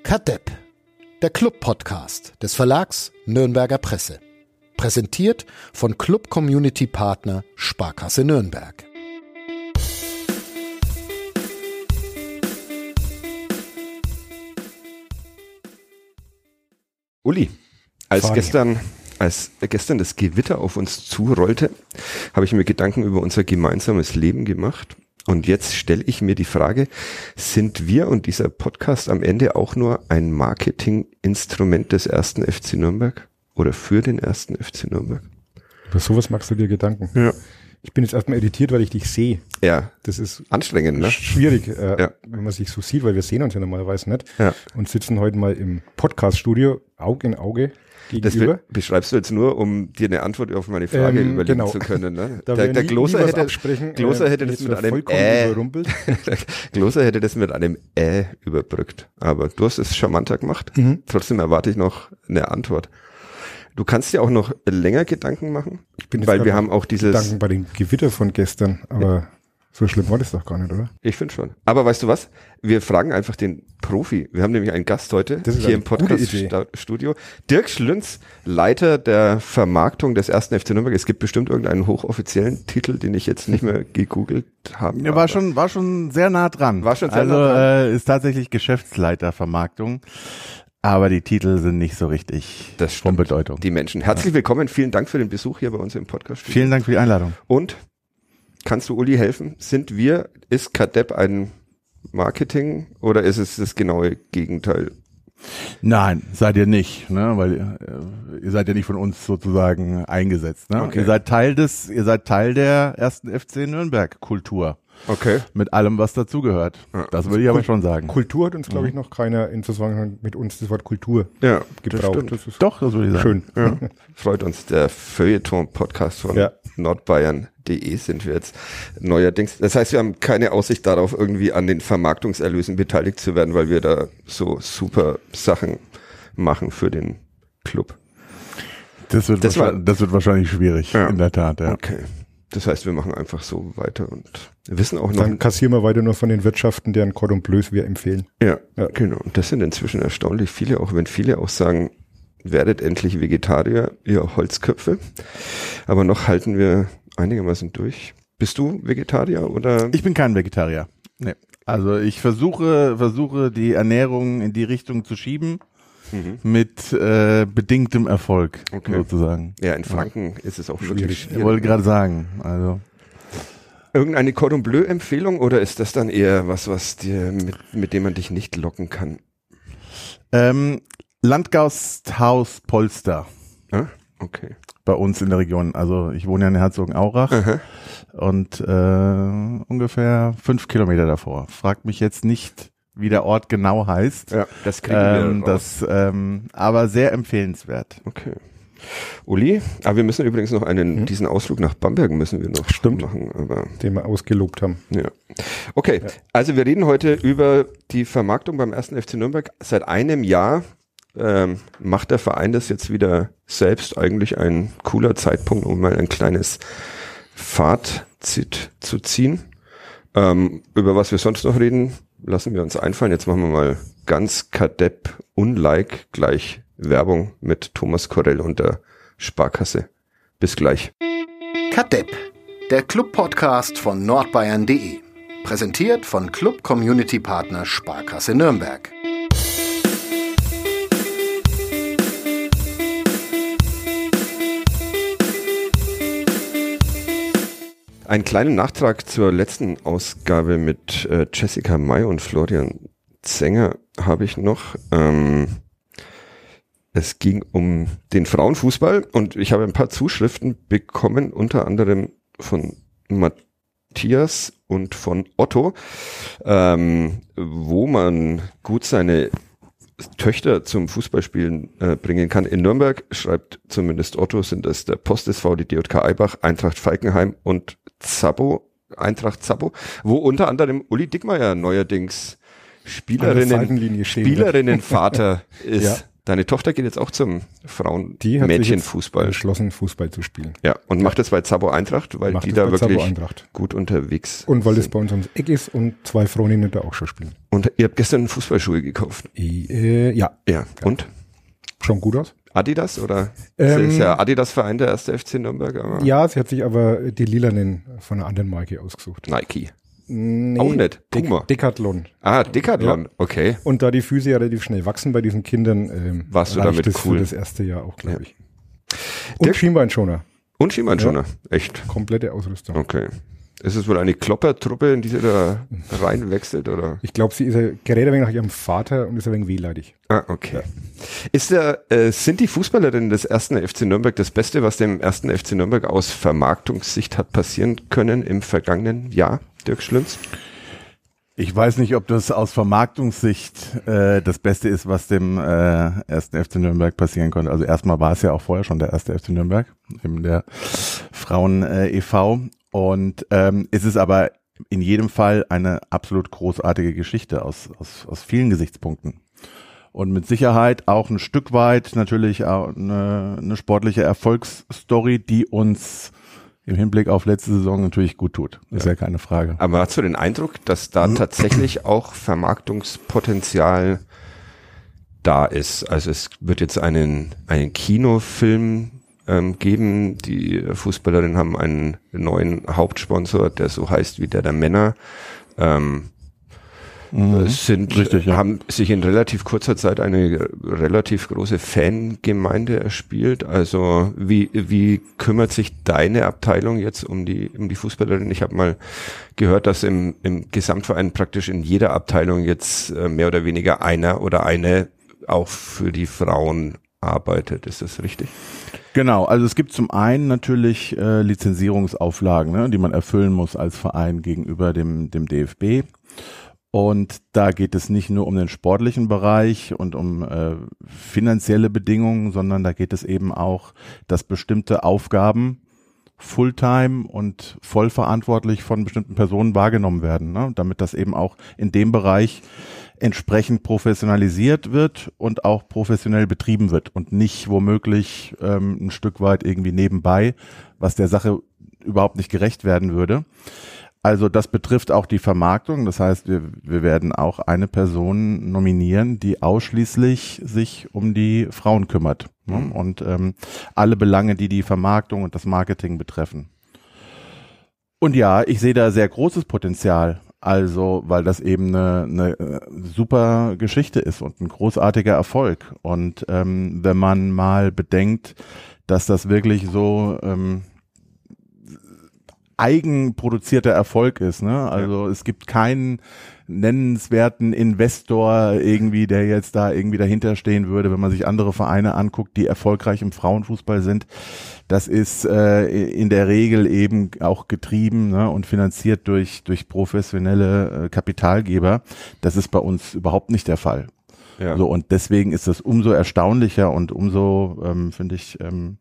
Kadepp, der Club-Podcast des Verlags Nürnberger Presse. Präsentiert von Club-Community-Partner Sparkasse Nürnberg. Uli, als gestern das Gewitter auf uns zurollte, habe ich mir Gedanken über unser gemeinsames Leben gemacht. Und jetzt stelle ich mir die Frage, sind wir und dieser Podcast am Ende auch nur ein Marketinginstrument des 1. FC Nürnberg oder für den 1. FC Nürnberg? Über sowas machst du dir Gedanken. Ja. Ich bin jetzt erstmal irritiert, weil ich dich sehe. Ja. Das ist anstrengend, ne? Schwierig, wenn man sich so sieht, weil wir sehen uns ja normalerweise nicht. Ja. Und sitzen heute mal im Podcast-Studio, Auge in Auge gegenüber. Das beschreibst du jetzt nur, um dir eine Antwort auf meine Frage überlegen zu können. Ne? Der Gloser hätte das mit einem Gloser hätte das mit einem überbrückt. Aber du hast es charmanter gemacht. Trotzdem erwarte ich noch eine Antwort. Du kannst dir auch noch länger Gedanken machen, weil wir haben auch dieses Gedanken bei dem Gewitter von gestern, aber so schlimm war das doch gar nicht, oder? Ich finde schon. Aber weißt du was? Wir fragen einfach den Profi. Wir haben nämlich einen Gast heute hier im Podcast-Studio. Dirk Schlünz, Leiter der Vermarktung des 1. FC Nürnberg. Es gibt bestimmt irgendeinen hochoffiziellen Titel, den ich jetzt nicht mehr gegoogelt habe. Ja, war schon sehr nah dran. War schon sehr nah dran. Ist tatsächlich Geschäftsleiter Vermarktung. Aber die Titel sind nicht so richtig von Bedeutung. Die Menschen. Herzlich willkommen. Vielen Dank für den Besuch hier bei uns im Podcast. Vielen Dank für die Einladung. Und kannst du Uli helfen? Ist Kadepp ein Marketing oder ist es das genaue Gegenteil? Nein, seid ihr nicht, ne? Weil ihr seid ja nicht von uns sozusagen eingesetzt, ne? Okay. Ihr seid Teil der 1. FC Nürnberg Kultur. Okay. Mit allem, was dazugehört. Ja. Das würde ich aber schon sagen. Kultur hat uns, glaube ich, noch keiner in Zusammenhang mit uns das Wort Kultur gebraucht. Das würde ich sagen. Schön. Ja. Freut uns. Der Feuilleton-Podcast von nordbayern.de sind wir jetzt neuerdings. Das heißt, wir haben keine Aussicht darauf, irgendwie an den Vermarktungserlösen beteiligt zu werden, weil wir da so super Sachen machen für den Club. Das wird wahrscheinlich schwierig, in der Tat. Ja. Okay. Das heißt, wir machen einfach so weiter und wissen auch noch. Dann kassieren wir weiter nur von den Wirtschaften, deren Cordon Bleus wir empfehlen. Ja, genau. Und das sind inzwischen erstaunlich viele, auch wenn viele auch sagen, werdet endlich Vegetarier, ihr Holzköpfe. Aber noch halten wir einigermaßen durch. Bist du Vegetarier oder? Ich bin kein Vegetarier. Nee. Also ich versuche die Ernährung in die Richtung zu schieben. Mit bedingtem Erfolg, sozusagen. Ja, in Franken ist es auch wirklich schwierig. Ich wollte gerade sagen, also. Irgendeine Cordon Bleu Empfehlung oder ist das dann eher was dir mit dem man dich nicht locken kann? Landgasthaus Polster. Ah, okay. Bei uns in der Region. Also ich wohne ja in Herzogenaurach und ungefähr 5 Kilometer davor. Fragt mich jetzt nicht, wie der Ort genau heißt. Ja, das kriegen wir raus. Aber sehr empfehlenswert. Okay. Uli, aber wir müssen übrigens noch diesen Ausflug nach Bamberg müssen wir noch machen. Aber den wir ausgelobt haben. Ja. Okay, also wir reden heute über die Vermarktung beim 1. FC Nürnberg. Seit einem Jahr macht der Verein das jetzt wieder selbst. Eigentlich ein cooler Zeitpunkt, um mal ein kleines Fazit zu ziehen. Über was wir sonst noch reden, lassen wir uns einfallen. Jetzt machen wir mal ganz Kadepp-unlike gleich Werbung mit Thomas Korell und der Sparkasse. Bis gleich. Kadepp, der Club-Podcast von nordbayern.de. Präsentiert von Club-Community-Partner Sparkasse Nürnberg. Einen kleinen Nachtrag zur letzten Ausgabe mit Jessica May und Florian Zenger habe ich noch. Es ging um den Frauenfußball und ich habe ein paar Zuschriften bekommen, unter anderem von Matthias und von Otto, wo man gut seine Töchter zum Fußballspielen bringen kann. In Nürnberg, schreibt zumindest Otto, sind das der Post SV, die DJK Eibach, Eintracht Falkenheim und Eintracht Zappo, wo unter anderem Uli Dickmeyer neuerdings Spielerinnenvater ist. Deine Tochter geht jetzt auch zum Frauen-Mädchenfußball. Die hat sich entschlossen, Fußball zu spielen. Ja, und macht das bei Zabo Eintracht, weil die da wirklich gut unterwegs sind. Und weil das bei uns ums Eck ist und 2 Freundinnen da auch schon spielen. Und ihr habt gestern Fußballschuhe gekauft? Ja. Und? Schon gut aus. Adidas oder? Das ist ja Adidas-Verein der 1. FC Nürnberg. Aber ja, sie hat sich aber die lilanen von einer anderen Marke ausgesucht. Nike. Nee, auch nicht. Puma. Decathlon. Ah, Decathlon, ja. Okay. Und da die Füße ja relativ schnell wachsen bei diesen Kindern, warst du damit das cool? Für das erste Jahr auch, glaube ich. Und Schienbeinschoner. Und Schienbeinschoner, echt? Komplette Ausrüstung. Okay. Ist es wohl eine Kloppertruppe, in die sie da reinwechselt, oder? Ich glaube, sie ist gerät ein wenig nach ihrem Vater und ist ein wenig wehleidig. Ah, okay. Ja. Sind die Fußballerinnen des 1. FC Nürnberg das Beste, was dem 1. FC Nürnberg aus Vermarktungssicht hat passieren können im vergangenen Jahr, Dirk Schlünz? Ich weiß nicht, ob das aus Vermarktungssicht das Beste ist, was dem 1. FC Nürnberg passieren konnte. Also erstmal war es ja auch vorher schon der 1. FC Nürnberg, eben der Frauen e.V., und es ist aber in jedem Fall eine absolut großartige Geschichte aus vielen Gesichtspunkten. Und mit Sicherheit auch ein Stück weit natürlich auch eine sportliche Erfolgsstory, die uns im Hinblick auf letzte Saison natürlich gut tut. Das ist ja keine Frage. Aber hast du den Eindruck, dass da tatsächlich auch Vermarktungspotenzial da ist? Also es wird jetzt einen Kinofilm geben. Die Fußballerinnen haben einen neuen Hauptsponsor, der so heißt wie der Männer. Richtig, ja. Haben sich in relativ kurzer Zeit eine relativ große Fangemeinde erspielt. Also wie kümmert sich deine Abteilung jetzt um die Fußballerinnen? Ich habe mal gehört, dass im Gesamtverein praktisch in jeder Abteilung jetzt mehr oder weniger einer oder eine auch für die Frauen arbeitet. Ist das richtig? Genau, also es gibt zum einen natürlich Lizenzierungsauflagen, ne, die man erfüllen muss als Verein gegenüber dem DFB. Und da geht es nicht nur um den sportlichen Bereich und um finanzielle Bedingungen, sondern da geht es eben auch, dass bestimmte Aufgaben Fulltime und vollverantwortlich von bestimmten Personen wahrgenommen werden, ne? Damit das eben auch in dem Bereich entsprechend professionalisiert wird und auch professionell betrieben wird und nicht womöglich ein Stück weit irgendwie nebenbei, was der Sache überhaupt nicht gerecht werden würde. Also das betrifft auch die Vermarktung, das heißt, wir werden auch eine Person nominieren, die ausschließlich sich um die Frauen kümmert, ne? Und alle Belange, die Vermarktung und das Marketing betreffen. Und ja, ich sehe da sehr großes Potenzial, also weil das eben eine super Geschichte ist und ein großartiger Erfolg. Und wenn man mal bedenkt, dass das wirklich so eigenproduzierter Erfolg ist, ne? Also es gibt keinen nennenswerten Investor irgendwie, der jetzt da irgendwie dahinter stehen würde, wenn man sich andere Vereine anguckt, die erfolgreich im Frauenfußball sind. Das ist in der Regel eben auch getrieben, ne, und finanziert durch professionelle Kapitalgeber. Das ist bei uns überhaupt nicht der Fall. Ja. So, und deswegen ist das umso erstaunlicher und umso, finde ich,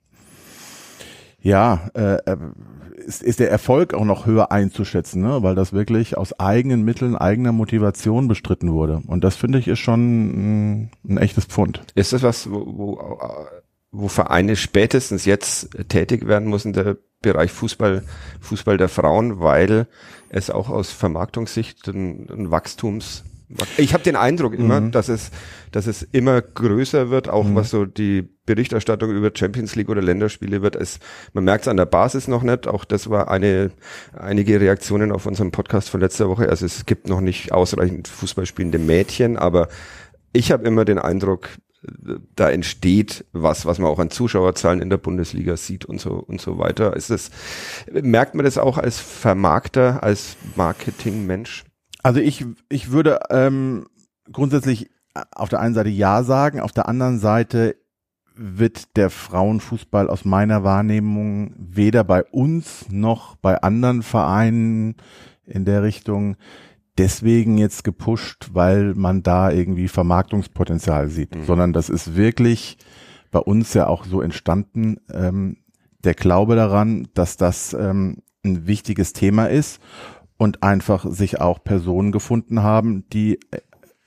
ist der Erfolg auch noch höher einzuschätzen, ne? Weil das wirklich aus eigenen Mitteln, eigener Motivation bestritten wurde. Und das, finde ich, ist schon ein echtes Pfund. Ist das was, wo Vereine spätestens jetzt tätig werden müssen, der Bereich Fußball der Frauen, weil es auch aus Vermarktungssicht ein Wachstums... Ich habe den Eindruck immer, dass es immer größer wird, auch was so die Berichterstattung über Champions League oder Länderspiele wird. Man merkt es an der Basis noch nicht. Auch das war einige Reaktionen auf unserem Podcast von letzter Woche. Also es gibt noch nicht ausreichend Fußballspielende Mädchen, aber ich habe immer den Eindruck, da entsteht was man auch an Zuschauerzahlen in der Bundesliga sieht und so weiter. Merkt man das auch als Vermarkter, als Marketingmensch? Also ich würde grundsätzlich auf der einen Seite ja sagen, auf der anderen Seite wird der Frauenfußball aus meiner Wahrnehmung weder bei uns noch bei anderen Vereinen in der Richtung deswegen jetzt gepusht, weil man da irgendwie Vermarktungspotenzial sieht, sondern das ist wirklich bei uns ja auch so entstanden, der Glaube daran, dass das ein wichtiges Thema ist und einfach sich auch Personen gefunden haben, die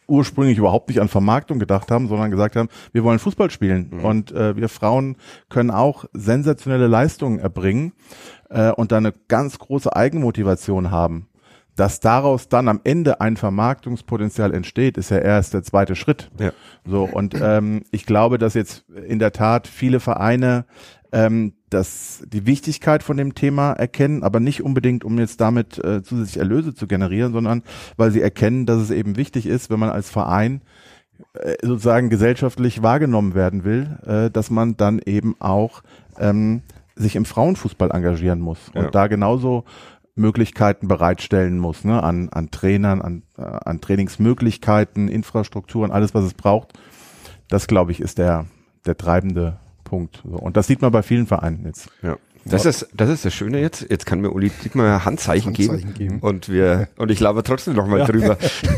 ursprünglich überhaupt nicht an Vermarktung gedacht haben, sondern gesagt haben, wir wollen Fußball spielen und wir Frauen können auch sensationelle Leistungen erbringen und da eine ganz große Eigenmotivation haben. Dass daraus dann am Ende ein Vermarktungspotenzial entsteht, ist ja erst der zweite Schritt. Ja. So, und ich glaube, dass jetzt in der Tat viele Vereine die Wichtigkeit von dem Thema erkennen, aber nicht unbedingt, um jetzt damit zusätzlich Erlöse zu generieren, sondern weil sie erkennen, dass es eben wichtig ist, wenn man als Verein sozusagen gesellschaftlich wahrgenommen werden will, dass man dann eben auch sich im Frauenfußball engagieren muss und da genauso Möglichkeiten bereitstellen muss, ne, an Trainern, an Trainingsmöglichkeiten, Infrastrukturen, alles, was es braucht. Das, glaube ich, ist der treibende Punkt. So. Und das sieht man bei vielen Vereinen jetzt. Ja. Das ist das Schöne jetzt. Jetzt kann mir Uli Diekmeyer Handzeichen geben. Und ich laber trotzdem noch mal drüber.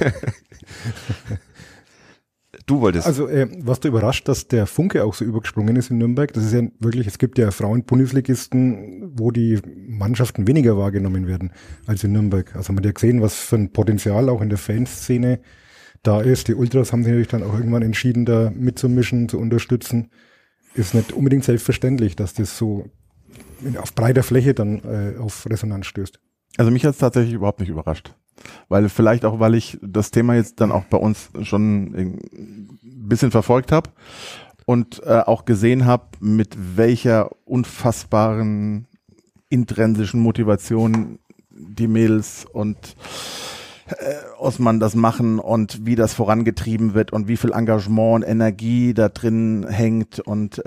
Du wolltest. Also, warst du überrascht, dass der Funke auch so übergesprungen ist in Nürnberg? Das ist ja wirklich, es gibt ja Frauen-Bundesligisten, wo die Mannschaften weniger wahrgenommen werden als in Nürnberg. Also man hat ja gesehen, was für ein Potenzial auch in der Fanszene da ist. Die Ultras haben sich natürlich dann auch irgendwann entschieden, da mitzumischen, zu unterstützen. Ist nicht unbedingt selbstverständlich, dass das so auf breiter Fläche dann auf Resonanz stößt. Also mich hat es tatsächlich überhaupt nicht überrascht. Weil ich das Thema jetzt dann auch bei uns schon ein bisschen verfolgt habe und auch gesehen habe, mit welcher unfassbaren intrinsischen Motivation die Mädels und Osman das machen und wie das vorangetrieben wird und wie viel Engagement und Energie da drin hängt und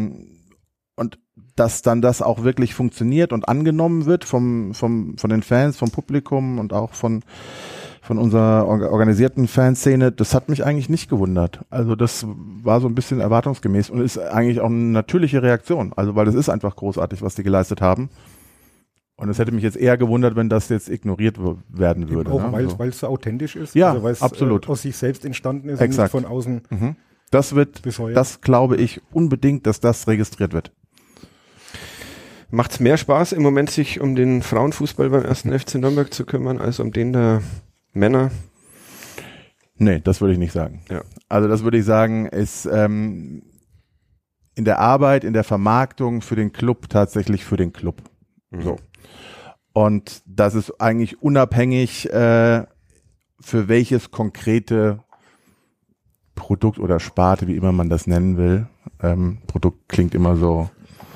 dass dann das auch wirklich funktioniert und angenommen wird von den Fans, vom Publikum und auch von unserer organisierten Fanszene, das hat mich eigentlich nicht gewundert. Also das war so ein bisschen erwartungsgemäß und ist eigentlich auch eine natürliche Reaktion. Also weil das ist einfach großartig, was die geleistet haben. Und es hätte mich jetzt eher gewundert, wenn das jetzt ignoriert werden würde. Auch ne? Weil es so authentisch ist? Ja, also weil es absolut. Aus sich selbst entstanden ist Exakt. Und nicht von außen Das glaube ich unbedingt, dass das registriert wird. Macht es mehr Spaß im Moment, sich um den Frauenfußball beim 1. FC Nürnberg zu kümmern, als um den der Männer? Nee, das würde ich nicht sagen. Ja. Also das würde ich sagen, ist in der Arbeit, in der Vermarktung für den Club tatsächlich für den Club. So. Und das ist eigentlich unabhängig für welches konkrete Produkt oder Sparte, wie immer man das nennen will. Produkt klingt immer so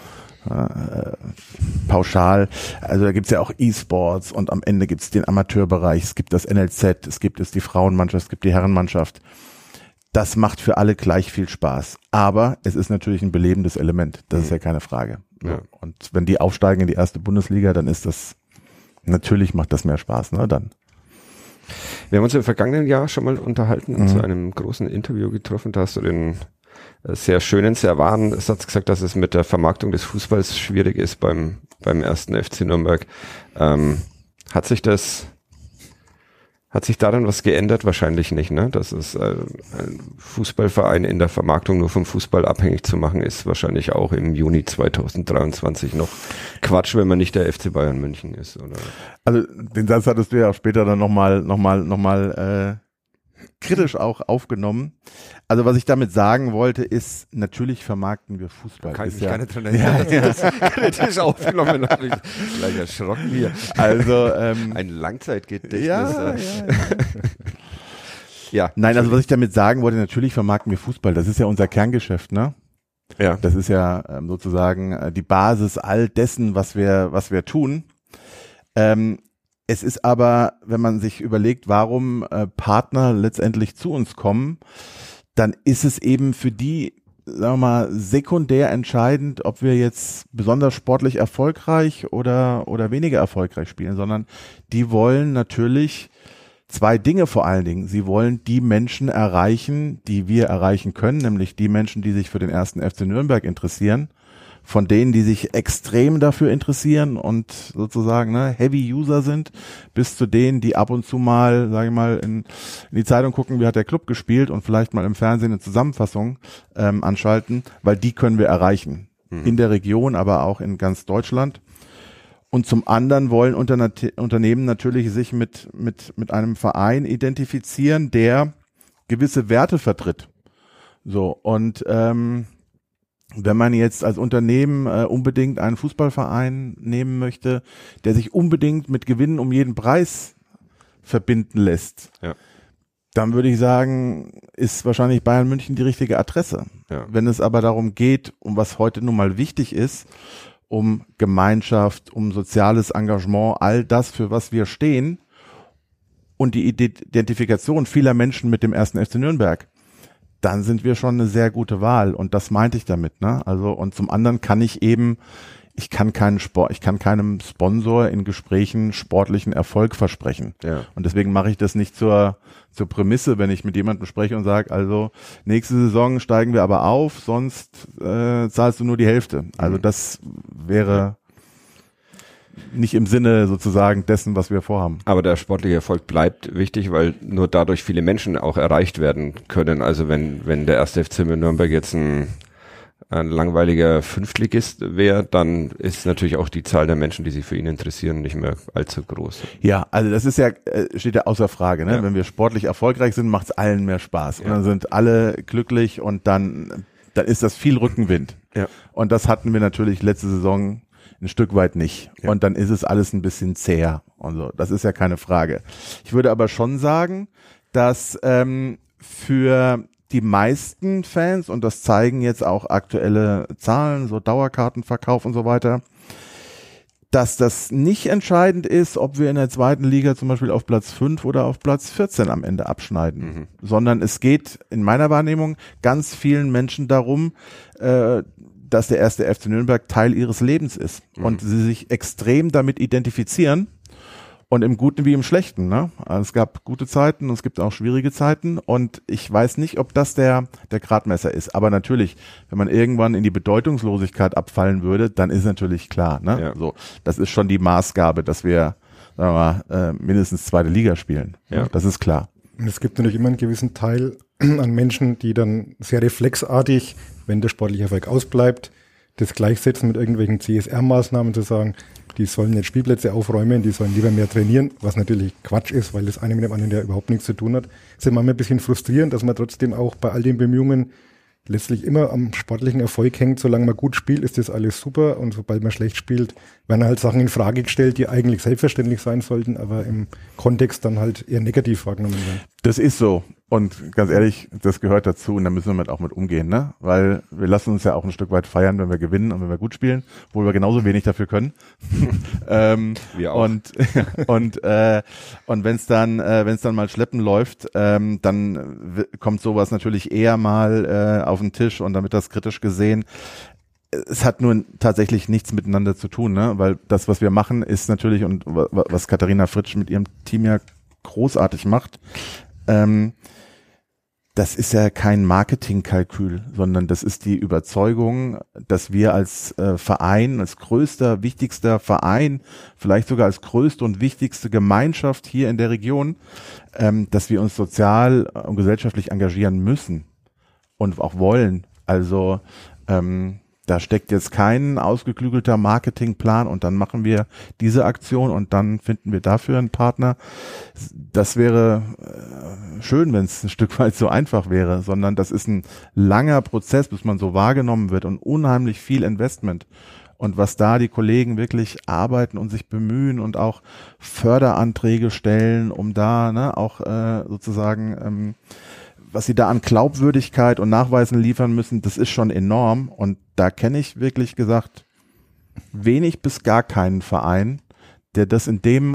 pauschal. Also da gibt's ja auch E-Sports und am Ende gibt's den Amateurbereich, es gibt das NLZ, es gibt die Frauenmannschaft, es gibt die Herrenmannschaft. Das macht für alle gleich viel Spaß. Aber es ist natürlich ein belebendes Element, das ist ja keine Frage. Ja. Und wenn die aufsteigen in die erste Bundesliga, dann ist das, natürlich macht das mehr Spaß, ne, dann. Wir haben uns im vergangenen Jahr schon mal unterhalten und zu einem großen Interview getroffen, da hast du den sehr schönen, sehr wahren Satz gesagt, dass es mit der Vermarktung des Fußballs schwierig ist beim 1. FC Nürnberg. Hat sich daran was geändert? Wahrscheinlich nicht, ne? Dass es ein Fußballverein in der Vermarktung nur vom Fußball abhängig zu machen, ist wahrscheinlich auch im Juni 2023 noch Quatsch, wenn man nicht der FC Bayern München ist, oder? Also den Satz hattest du ja auch später dann nochmal kritisch auch aufgenommen. Also was ich damit sagen wollte, ist, natürlich vermarkten wir Fußball. Kann ich mich gar nicht dran erinnern, dass ich das kritisch aufgenommen habe. Ich gleich erschrocken hier. Also ein Langzeitgedächtnis. Ja. Ja. Nein, also was ich damit sagen wollte, natürlich vermarkten wir Fußball. Das ist ja unser Kerngeschäft, ne? Ja. Das ist ja sozusagen die Basis all dessen, was wir tun. Es ist aber, wenn man sich überlegt, warum Partner letztendlich zu uns kommen, dann ist es eben für die, sagen wir mal, sekundär entscheidend, ob wir jetzt besonders sportlich erfolgreich oder weniger erfolgreich spielen, sondern die wollen natürlich zwei Dinge vor allen Dingen. Sie wollen die Menschen erreichen, die wir erreichen können, nämlich die Menschen, die sich für den 1. FC Nürnberg interessieren, von denen, die sich extrem dafür interessieren und sozusagen Heavy User sind, bis zu denen, die ab und zu mal, sage ich mal, in die Zeitung gucken, wie hat der Club gespielt und vielleicht mal im Fernsehen eine Zusammenfassung anschalten, weil die können wir erreichen. In der Region, aber auch in ganz Deutschland. Und zum anderen wollen Unternehmen natürlich sich mit einem Verein identifizieren, der gewisse Werte vertritt. So, und wenn man jetzt als Unternehmen unbedingt einen Fußballverein nehmen möchte, der sich unbedingt mit Gewinnen um jeden Preis verbinden lässt, dann würde ich sagen, ist wahrscheinlich Bayern München die richtige Adresse. Ja. Wenn es aber darum geht, um was heute nun mal wichtig ist, um Gemeinschaft, um soziales Engagement, all das, für was wir stehen und die Identifikation vieler Menschen mit dem 1. FC Nürnberg, dann sind wir schon eine sehr gute Wahl. Und das meinte ich damit, ne? Also, und zum anderen kann ich kann keinem Sponsor in Gesprächen sportlichen Erfolg versprechen. Ja. Und deswegen mache ich das nicht zur Prämisse, wenn ich mit jemandem spreche und sage, also nächste Saison steigen wir aber auf, sonst zahlst du nur die Hälfte. Also das wäre nicht im Sinne sozusagen dessen, was wir vorhaben. Aber der sportliche Erfolg bleibt wichtig, weil nur dadurch viele Menschen auch erreicht werden können. Also wenn der 1. FC Nürnberg jetzt ein langweiliger Fünftligist wäre, dann ist natürlich auch die Zahl der Menschen, die sich für ihn interessieren, nicht mehr allzu groß. Ja, also das ist ja, steht ja außer Frage, ne? Ja. Wenn wir sportlich erfolgreich sind, macht es allen mehr Spaß. Ja. Und dann sind alle glücklich und dann ist das viel Rückenwind. Ja. Und das hatten wir natürlich letzte Saison ein Stück weit nicht. Ja. Und dann ist es alles ein bisschen zäher und so. Das ist ja keine Frage. Ich würde aber schon sagen, dass für die meisten Fans, und das zeigen jetzt auch aktuelle Zahlen, so Dauerkartenverkauf und so weiter, dass das nicht entscheidend ist, ob wir in der zweiten Liga zum Beispiel auf Platz 5 oder auf Platz 14 am Ende abschneiden, sondern es geht in meiner Wahrnehmung ganz vielen Menschen darum, dass der 1. FC Nürnberg Teil ihres Lebens ist und sie sich extrem damit identifizieren. Und im Guten wie im Schlechten, ne? Also es gab gute Zeiten und es gibt auch schwierige Zeiten und ich weiß nicht, ob das der Gradmesser ist. Aber natürlich, wenn man irgendwann in die Bedeutungslosigkeit abfallen würde, dann ist natürlich klar, ne? Ja. So, das ist schon die Maßgabe, dass wir, sagen wir mal, mindestens zweite Liga spielen. Ja. Das ist klar. Und es gibt natürlich immer einen gewissen Teil an Menschen, die dann sehr reflexartig, wenn der sportliche Erfolg ausbleibt, das gleichsetzen mit irgendwelchen CSR-Maßnahmen, zu sagen, die sollen nicht Spielplätze aufräumen, die sollen lieber mehr trainieren, was natürlich Quatsch ist, weil das eine mit dem anderen ja überhaupt nichts zu tun hat. Es ist manchmal ein bisschen frustrierend, dass man trotzdem auch bei all den Bemühungen letztlich immer am sportlichen Erfolg hängt. Solange man gut spielt, ist das alles super, und sobald man schlecht spielt, werden halt Sachen in Frage gestellt, die eigentlich selbstverständlich sein sollten, aber im Kontext dann halt eher negativ wahrgenommen werden. Das ist so. Und ganz ehrlich, das gehört dazu und da müssen wir auch mit umgehen, ne? Weil wir lassen uns ja auch ein Stück weit feiern, wenn wir gewinnen und wenn wir gut spielen, wo wir genauso wenig dafür können. Wir auch. Und wenn es dann mal schleppen läuft, dann kommt sowas natürlich eher mal auf den Tisch und dann wird das kritisch gesehen. Es hat nur tatsächlich nichts miteinander zu tun, ne? Weil das, was wir machen, ist natürlich, und was Katharina Fritsch mit ihrem Team ja großartig macht, das ist ja kein Marketingkalkül, sondern das ist die Überzeugung, dass wir als Verein, als größter, wichtigster Verein, vielleicht sogar als größte und wichtigste Gemeinschaft hier in der Region, dass wir uns sozial und gesellschaftlich engagieren müssen und auch wollen. Also da steckt jetzt kein ausgeklügelter Marketingplan und dann machen wir diese Aktion und dann finden wir dafür einen Partner. Das wäre schön, wenn es ein Stück weit so einfach wäre, sondern das ist ein langer Prozess, bis man so wahrgenommen wird und unheimlich viel Investment. Und was da die Kollegen wirklich arbeiten und sich bemühen und auch Förderanträge stellen, um da auch sozusagen was sie da an Glaubwürdigkeit und Nachweisen liefern müssen, das ist schon enorm. Und da kenne ich wirklich gesagt wenig bis gar keinen Verein, der das in dem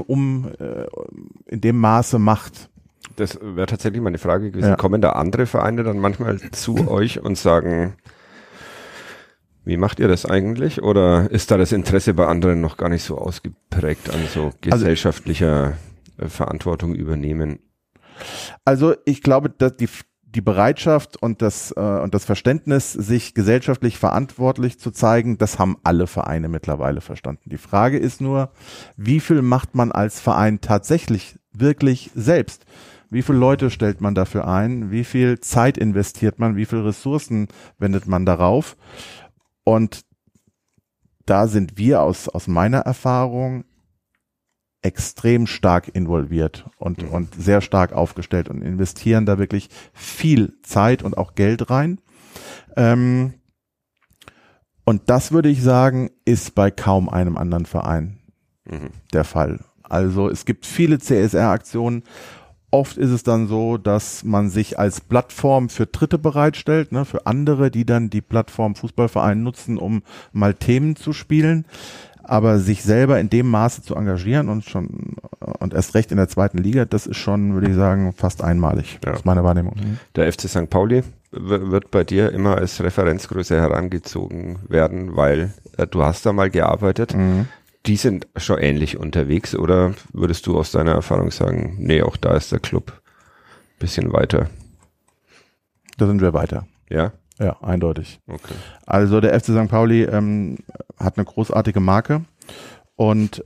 Maße macht. Das wäre tatsächlich meine Frage gewesen. Ja. Kommen da andere Vereine dann manchmal zu euch und sagen, wie macht ihr das eigentlich? Oder ist da das Interesse bei anderen noch gar nicht so ausgeprägt an so gesellschaftlicher Verantwortung übernehmen? Also ich glaube, dass die Bereitschaft und das Verständnis, sich gesellschaftlich verantwortlich zu zeigen, das haben alle Vereine mittlerweile verstanden. Die Frage ist nur, wie viel macht man als Verein tatsächlich wirklich selbst? Wie viele Leute stellt man dafür ein? Wie viel Zeit investiert man? Wie viele Ressourcen wendet man darauf? Und da sind wir aus meiner Erfahrung extrem stark involviert und sehr stark aufgestellt und investieren da wirklich viel Zeit und auch Geld rein. Und das würde ich sagen, ist bei kaum einem anderen Verein der Fall. Also es gibt viele CSR-Aktionen. Oft ist es dann so, dass man sich als Plattform für Dritte bereitstellt, ne, für andere, die dann die Plattform Fußballverein nutzen, um mal Themen zu spielen. Aber sich selber in dem Maße zu engagieren und erst recht in der zweiten Liga, das ist schon, würde ich sagen, fast einmalig. Ja. Das ist meine Wahrnehmung. Der FC St. Pauli wird bei dir immer als Referenzgröße herangezogen werden, weil du hast da mal gearbeitet. Die sind schon ähnlich unterwegs, oder würdest du aus deiner Erfahrung sagen, nee, auch da ist der Club ein bisschen weiter? Da sind wir weiter. Ja? Ja, eindeutig. Okay. Also der FC St. Pauli hat eine großartige Marke und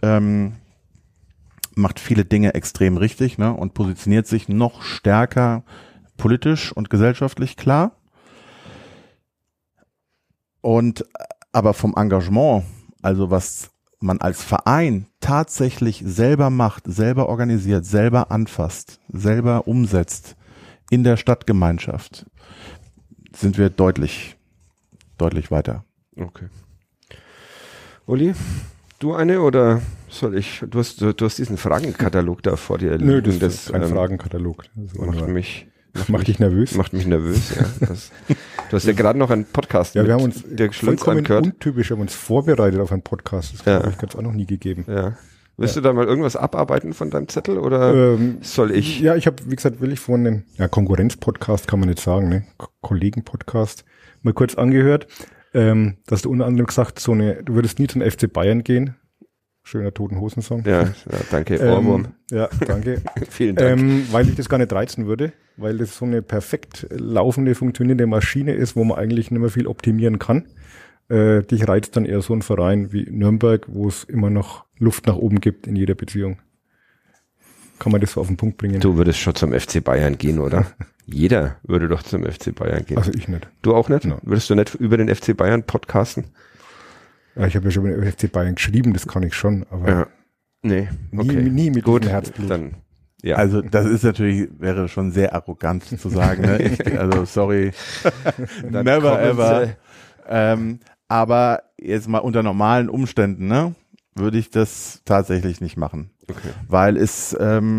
macht viele Dinge extrem richtig, ne, und positioniert sich noch stärker politisch und gesellschaftlich klar. Und aber vom Engagement, also was man als Verein tatsächlich selber macht, selber organisiert, selber anfasst, selber umsetzt in der Stadtgemeinschaft, sind wir deutlich weiter. Okay. Uli, du eine oder soll ich? Du hast diesen Fragenkatalog da vor dir. Nö, das ist kein Fragenkatalog. Macht dich nervös? Macht mich nervös, ja. Du hast ja gerade noch einen Podcast wir haben uns vollkommen untypisch, haben uns vorbereitet auf einen Podcast. Das habe ich auch noch nie gegeben. Ja. Willst du da mal irgendwas abarbeiten von deinem Zettel oder soll ich? Ja, ich habe, wie gesagt, will ich von einem Konkurrenz-Podcast, kann man nicht sagen, ne? Kollegen-Podcast mal kurz angehört. Dass du unter anderem gesagt, du würdest nie zum FC Bayern gehen. Schöner Toten-Hosen-Song. Ja, danke, Ohrwurm. Ja, danke. Vielen Dank. Weil ich das gar nicht reizen würde, weil das so eine perfekt laufende, funktionierende Maschine ist, wo man eigentlich nicht mehr viel optimieren kann. Dich reizt dann eher so ein Verein wie Nürnberg, wo es immer noch Luft nach oben gibt in jeder Beziehung. Kann man das so auf den Punkt bringen? Du würdest schon zum FC Bayern gehen, oder? Jeder würde doch zum FC Bayern gehen. Also ich nicht. Du auch nicht? No. Würdest du nicht über den FC Bayern podcasten? Ja, ich habe ja schon über den FC Bayern geschrieben, das kann ich schon, aber nee, okay. nie mit gutem Herzblut. Dann, ja. Also das ist natürlich, wäre schon sehr arrogant zu sagen, ne? Also sorry, never ever. Aber jetzt mal unter normalen Umständen, ne, würde ich das tatsächlich nicht machen. Okay. Weil es,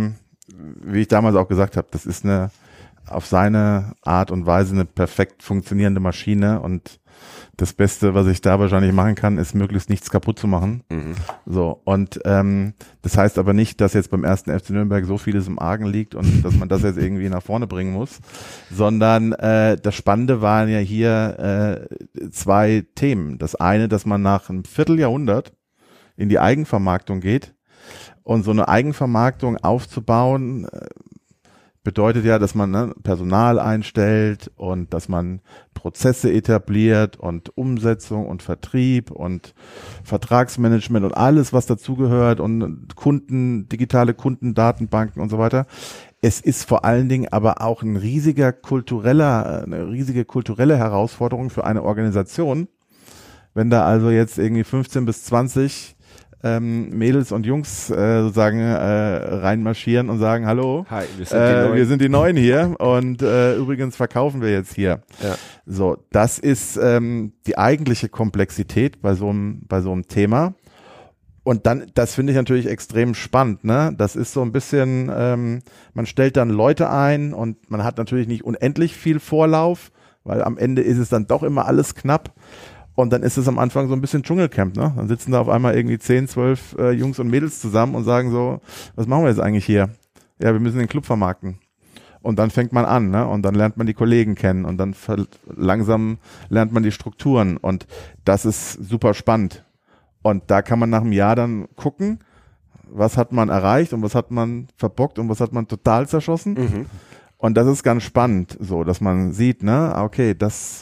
wie ich damals auch gesagt habe, das ist auf seine Art und Weise eine perfekt funktionierende Maschine und das Beste, was ich da wahrscheinlich machen kann, ist möglichst nichts kaputt zu machen. So, und das heißt aber nicht, dass jetzt beim 1. FC Nürnberg so vieles im Argen liegt und dass man das jetzt irgendwie nach vorne bringen muss, sondern das Spannende waren ja hier zwei Themen. Das eine, dass man nach einem Vierteljahrhundert in die Eigenvermarktung geht und so eine Eigenvermarktung aufzubauen, bedeutet ja, dass man Personal einstellt und dass man Prozesse etabliert und Umsetzung und Vertrieb und Vertragsmanagement und alles, was dazugehört und digitale Kundendatenbanken und so weiter. Es ist vor allen Dingen aber auch eine riesige kulturelle Herausforderung für eine Organisation, wenn da also jetzt irgendwie 15 bis 20 Mädels und Jungs sozusagen reinmarschieren und sagen, hallo, hi, wir sind die Neuen hier und übrigens verkaufen wir jetzt hier. Ja. So, das ist die eigentliche Komplexität bei so einem Thema. Und dann, das finde ich natürlich extrem spannend, ne? Das ist so ein bisschen, man stellt dann Leute ein und man hat natürlich nicht unendlich viel Vorlauf, weil am Ende ist es dann doch immer alles knapp. Und dann ist es am Anfang so ein bisschen Dschungelcamp, ne? Dann sitzen da auf einmal irgendwie 10, 12 Jungs und Mädels zusammen und sagen so, was machen wir jetzt eigentlich hier? Ja, wir müssen den Club vermarkten. Und dann fängt man an, ne? Und dann lernt man die Kollegen kennen und dann langsam lernt man die Strukturen und das ist super spannend. Und da kann man nach einem Jahr dann gucken, was hat man erreicht und was hat man verbockt und was hat man total zerschossen. Und das ist ganz spannend, so, dass man sieht, ne, okay,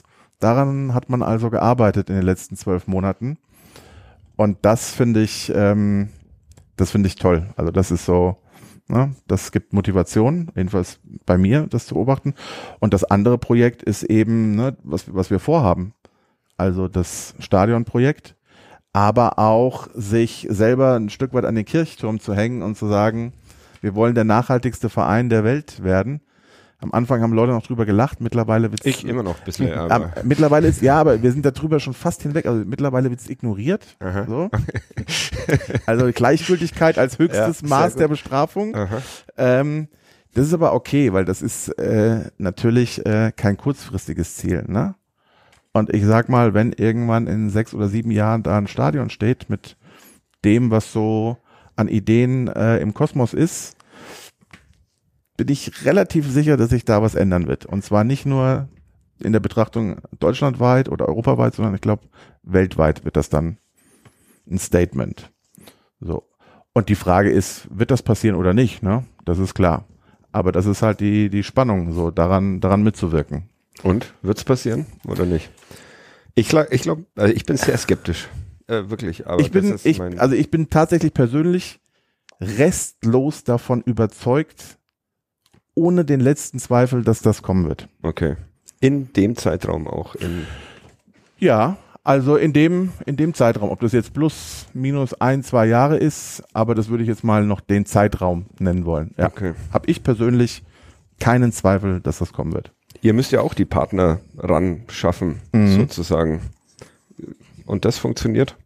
daran hat man also gearbeitet in den letzten 12 Monaten. Und das finde ich toll. Also das ist so, ne, das gibt Motivation, jedenfalls bei mir, das zu beobachten. Und das andere Projekt ist eben, ne, was wir vorhaben. Also das Stadionprojekt. aber auch sich selber ein Stück weit an den Kirchturm zu hängen und zu sagen, wir wollen der nachhaltigste Verein der Welt werden. Am Anfang haben Leute noch drüber gelacht, mittlerweile wird's... Ich immer noch ein bisschen, aber... Mittlerweile ist, ja, aber wir sind darüber schon fast hinweg, also mittlerweile wird es ignoriert. So. Also Gleichgültigkeit als höchstes Maß der Bestrafung. Das ist aber okay, weil das ist natürlich kein kurzfristiges Ziel, ne? Und ich sag mal, wenn irgendwann in 6 oder 7 Jahren da ein Stadion steht mit dem, was so an Ideen im Kosmos ist, bin ich relativ sicher, dass sich da was ändern wird. Und zwar nicht nur in der Betrachtung deutschlandweit oder europaweit, sondern ich glaube, weltweit wird das dann ein Statement. So. Und die Frage ist, wird das passieren oder nicht, ne? Das ist klar. Aber das ist halt die Spannung, so daran mitzuwirken. Und? Wird's passieren oder nicht? Ich glaube, also ich bin sehr skeptisch. Wirklich. Aber ich bin tatsächlich persönlich restlos davon überzeugt, ohne den letzten Zweifel, dass das kommen wird. Okay. In dem Zeitraum auch? Ja, also in dem Zeitraum. Ob das jetzt plus, minus 1, 2 Jahre ist, aber das würde ich jetzt mal noch den Zeitraum nennen wollen. Ja. Okay. Habe ich persönlich keinen Zweifel, dass das kommen wird. Ihr müsst ja auch die Partner ran schaffen, sozusagen. Und das funktioniert?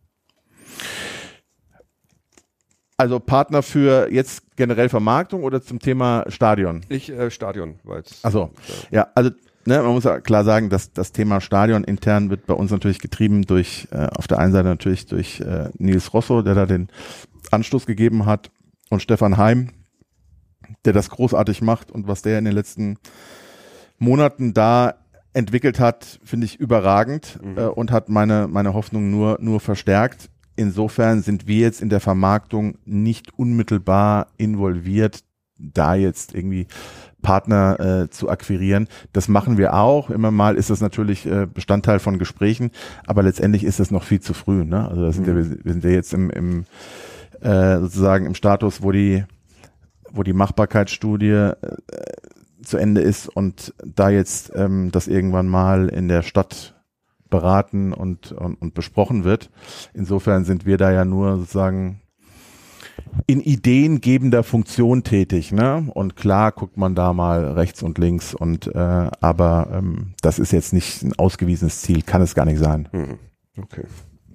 Also Partner für jetzt generell Vermarktung oder zum Thema Stadion? Stadion. Achso, ja, also man muss ja klar sagen, dass das Thema Stadion intern wird bei uns natürlich getrieben durch, auf der einen Seite natürlich durch Nils Rosso, der da den Anstoß gegeben hat, und Stefan Heim, der das großartig macht, und was der in den letzten Monaten da entwickelt hat, finde ich überragend und hat meine Hoffnung nur verstärkt. Insofern sind wir jetzt in der Vermarktung nicht unmittelbar involviert, da jetzt irgendwie Partner zu akquirieren. Das machen wir auch. Immer mal ist das natürlich Bestandteil von Gesprächen, aber letztendlich ist das noch viel zu früh. Ne? Also da sind wir sind ja jetzt im sozusagen im Status, wo die Machbarkeitsstudie zu Ende ist und da jetzt das irgendwann mal in der Stadt beraten und besprochen wird. Insofern sind wir da ja nur sozusagen in ideengebender Funktion tätig, ne? Und klar guckt man da mal rechts und links aber das ist jetzt nicht ein ausgewiesenes Ziel, kann es gar nicht sein. Okay.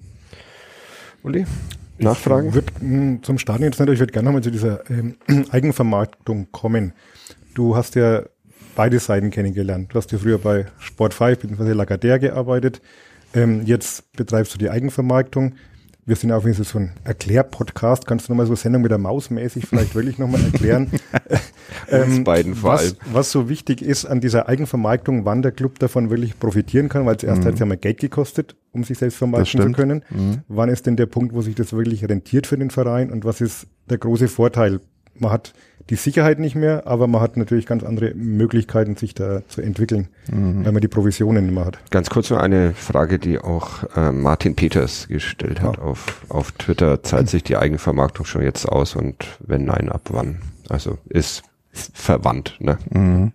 Uli, Nachfragen? Zum Stadion jetzt natürlich, ich würde gerne nochmal zu dieser Eigenvermarktung kommen. Du hast ja beide Seiten kennengelernt. Du hast ja früher bei Sport 5 bzw. Lagardère gearbeitet. Jetzt betreibst du die Eigenvermarktung. Wir sind auf jeden Fall so ein Erklär-Podcast. Kannst du nochmal so Sendung mit der Maus mäßig vielleicht wirklich nochmal erklären? Uns beiden vor allem. Was so wichtig ist an dieser Eigenvermarktung, wann der Club davon wirklich profitieren kann, weil zuerst hat es ja mal Geld gekostet, um sich selbst vermarkten zu können. Wann ist denn der Punkt, wo sich das wirklich rentiert für den Verein, und was ist der große Vorteil? Man hat die Sicherheit nicht mehr, aber man hat natürlich ganz andere Möglichkeiten, sich da zu entwickeln, weil man die Provisionen nicht mehr hat. Ganz kurz noch eine Frage, die auch Martin Peters gestellt hat auf Twitter. Zahlt sich die Eigenvermarktung schon jetzt aus, und wenn nein, ab wann? Also ist verwandt, ne?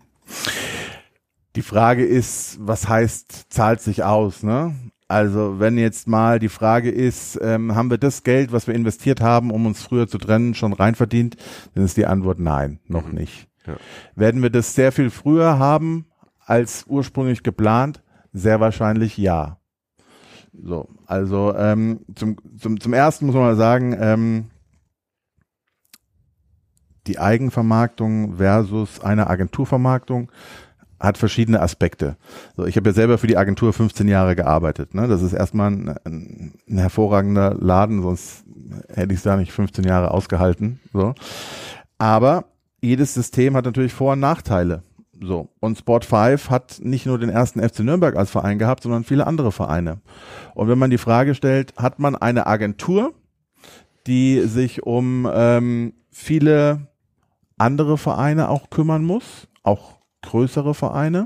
Die Frage ist, was heißt, zahlt sich aus, ne? Also wenn jetzt mal die Frage ist, haben wir das Geld, was wir investiert haben, um uns früher zu trennen, schon reinverdient, dann ist die Antwort nein, noch nicht. Ja. Werden wir das sehr viel früher haben als ursprünglich geplant? Sehr wahrscheinlich ja. So, also zum Ersten muss man mal sagen, die Eigenvermarktung versus eine Agenturvermarktung hat verschiedene Aspekte. So, ich habe ja selber für die Agentur 15 Jahre gearbeitet. Ne? Das ist erstmal ein hervorragender Laden, sonst hätte ich es da nicht 15 Jahre ausgehalten. So. Aber jedes System hat natürlich Vor- und Nachteile. So. Und Sport 5 hat nicht nur den ersten FC Nürnberg als Verein gehabt, sondern viele andere Vereine. Und wenn man die Frage stellt, hat man eine Agentur, die sich um viele andere Vereine auch kümmern muss, auch größere Vereine,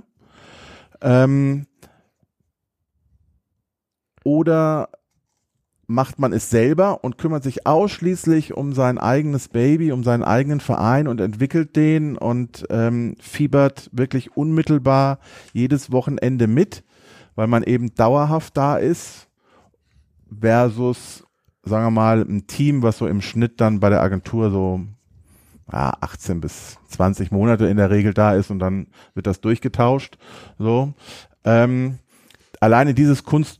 oder macht man es selber und kümmert sich ausschließlich um sein eigenes Baby, um seinen eigenen Verein und entwickelt den und fiebert wirklich unmittelbar jedes Wochenende mit, weil man eben dauerhaft da ist, versus sagen wir mal, ein Team, was so im Schnitt dann bei der Agentur so 18 bis 20 Monate in der Regel da ist und dann wird das durchgetauscht. So. Alleine diese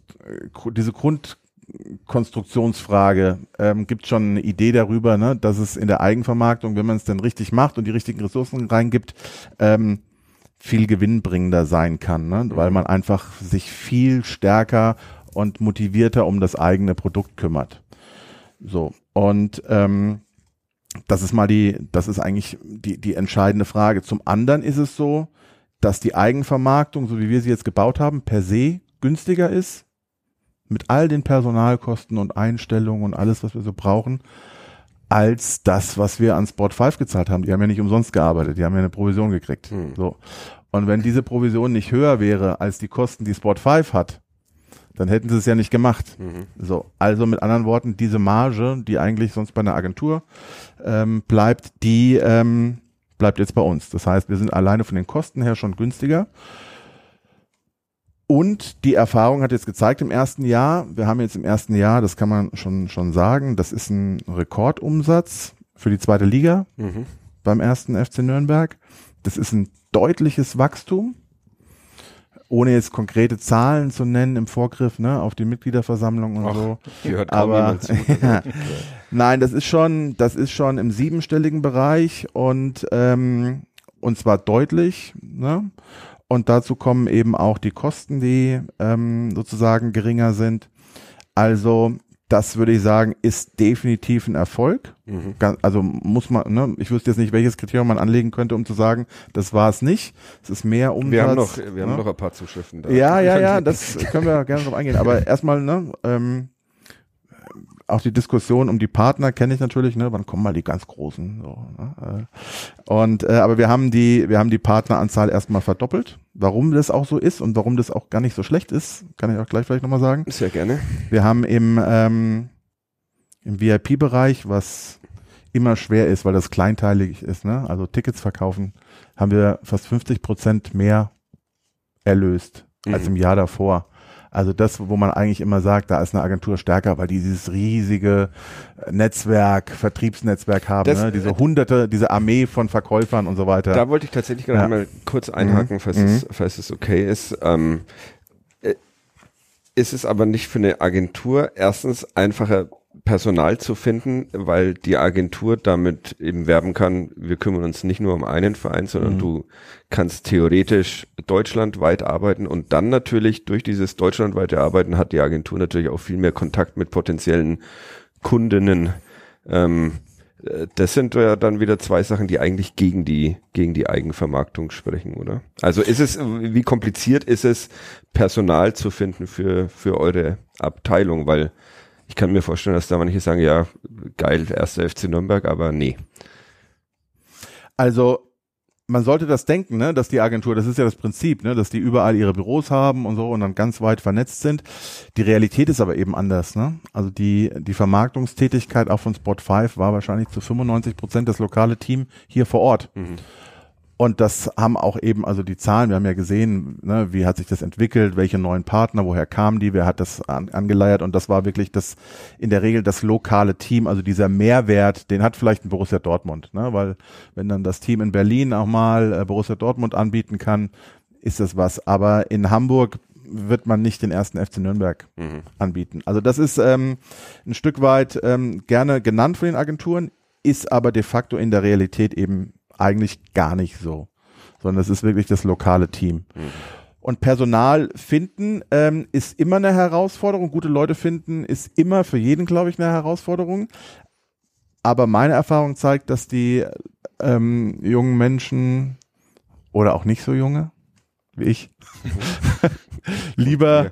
Grundkonstruktionsfrage gibt schon eine Idee darüber, ne, dass es in der Eigenvermarktung, wenn man es denn richtig macht und die richtigen Ressourcen reingibt, viel gewinnbringender sein kann, ne, weil man einfach sich viel stärker und motivierter um das eigene Produkt kümmert. So. Und das ist eigentlich die entscheidende Frage. Zum anderen ist es so, dass die Eigenvermarktung, so wie wir sie jetzt gebaut haben, per se günstiger ist, mit all den Personalkosten und Einstellungen und alles, was wir so brauchen, als das, was wir an Sport 5 gezahlt haben. Die haben ja nicht umsonst gearbeitet, die haben ja eine Provision gekriegt. So. Und wenn diese Provision nicht höher wäre als die Kosten, die Sport 5 hat, dann hätten sie es ja nicht gemacht. So, also mit anderen Worten, diese Marge, die eigentlich sonst bei einer Agentur bleibt, die bleibt jetzt bei uns. Das heißt, wir sind alleine von den Kosten her schon günstiger. Und die Erfahrung hat jetzt gezeigt im ersten Jahr, wir haben jetzt im ersten Jahr, das kann man schon sagen, das ist ein Rekordumsatz für die zweite Liga beim ersten FC Nürnberg. Das ist ein deutliches Wachstum. Ohne jetzt konkrete Zahlen zu nennen im Vorgriff, ne, auf die Mitgliederversammlung und so. Hört aber zu, ja. Nein, das ist schon im siebenstelligen Bereich und zwar deutlich, ne? Und dazu kommen eben auch die Kosten, die sozusagen geringer sind. Also das würde ich sagen, ist definitiv ein Erfolg. Also muss man, ne, ich wüsste jetzt nicht, welches Kriterium man anlegen könnte, um zu sagen, das war es nicht. Es ist mehr Umsatz. Wir haben noch ein paar Zuschriften da. Ja, das können wir gerne drauf eingehen. Aber erstmal, ne, auch die Diskussion um die Partner kenne ich natürlich, ne, wann kommen mal die ganz Großen, so, ne, aber wir haben die Partneranzahl erstmal verdoppelt. Warum das auch so ist und warum das auch gar nicht so schlecht ist, kann ich auch gleich vielleicht nochmal sagen. Sehr gerne. Wir haben im VIP-Bereich, was immer schwer ist, weil das kleinteilig ist, ne, also Tickets verkaufen, haben wir fast 50% mehr erlöst als im Jahr davor. Also das, wo man eigentlich immer sagt, da ist eine Agentur stärker, weil die dieses riesige Netzwerk, Vertriebsnetzwerk haben, ne? Diese Armee von Verkäufern und so weiter. Da wollte ich tatsächlich gerade mal kurz einhaken, falls es okay ist. Ist es aber nicht für eine Agentur erstens einfacher, Personal zu finden, weil die Agentur damit eben werben kann, wir kümmern uns nicht nur um einen Verein, sondern du kannst theoretisch deutschlandweit arbeiten und dann natürlich durch dieses deutschlandweite Arbeiten hat die Agentur natürlich auch viel mehr Kontakt mit potenziellen Kundinnen. Das sind ja dann wieder zwei Sachen, die eigentlich gegen die Eigenvermarktung sprechen, oder? Also wie kompliziert ist es, Personal zu finden für eure Abteilung, weil ich kann mir vorstellen, dass da manche sagen, ja, geil, 1. FC Nürnberg, aber nee. Also man sollte das denken, ne, dass die Agentur, das ist ja das Prinzip, ne, dass die überall ihre Büros haben und so und dann ganz weit vernetzt sind. Die Realität ist aber eben anders, ne? Also die Vermarktungstätigkeit auch von Sport 5 war wahrscheinlich zu 95% das lokale Team hier vor Ort. Und das haben auch eben, also die Zahlen, wir haben ja gesehen, ne, wie hat sich das entwickelt, welche neuen Partner, woher kamen die, wer hat das angeleiert und das war wirklich in der Regel das lokale Team, also dieser Mehrwert, den hat vielleicht ein Borussia Dortmund, ne, weil wenn dann das Team in Berlin auch mal Borussia Dortmund anbieten kann, ist das was, aber in Hamburg wird man nicht den 1. FC Nürnberg anbieten. Also das ist ein Stück weit gerne genannt von den Agenturen, ist aber de facto in der Realität eben eigentlich gar nicht so, sondern es ist wirklich das lokale Team. Und Personal finden ist immer eine Herausforderung. Gute Leute finden ist immer für jeden, glaube ich, eine Herausforderung. Aber meine Erfahrung zeigt, dass die jungen Menschen oder auch nicht so junge, wie ich, lieber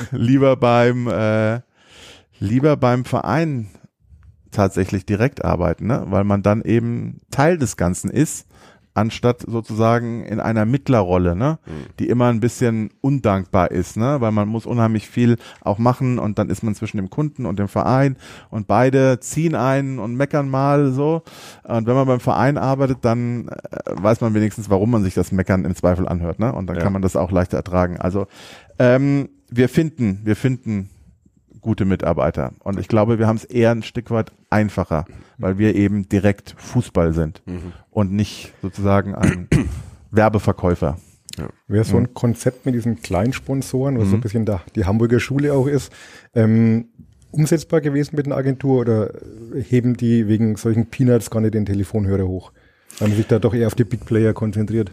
beim Verein tatsächlich direkt arbeiten, ne? Weil man dann eben Teil des Ganzen ist, anstatt sozusagen in einer Mittlerrolle, ne? Die immer ein bisschen undankbar ist, ne? Weil man muss unheimlich viel auch machen und dann ist man zwischen dem Kunden und dem Verein und beide ziehen einen und meckern mal so. Und wenn man beim Verein arbeitet, dann weiß man wenigstens, warum man sich das Meckern im Zweifel anhört, ne? Und dann kann man das auch leichter ertragen. Also wir finden gute Mitarbeiter. Und ich glaube, wir haben es eher ein Stück weit einfacher, weil wir eben direkt Fußball sind und nicht sozusagen ein Werbeverkäufer. Ja. Wäre so ein Konzept mit diesen Kleinsponsoren, was so ein bisschen die Hamburger Schule auch ist, umsetzbar gewesen mit einer Agentur oder heben die wegen solchen Peanuts gar nicht den Telefonhörer hoch, weil man sich da doch eher auf die Big Player konzentriert?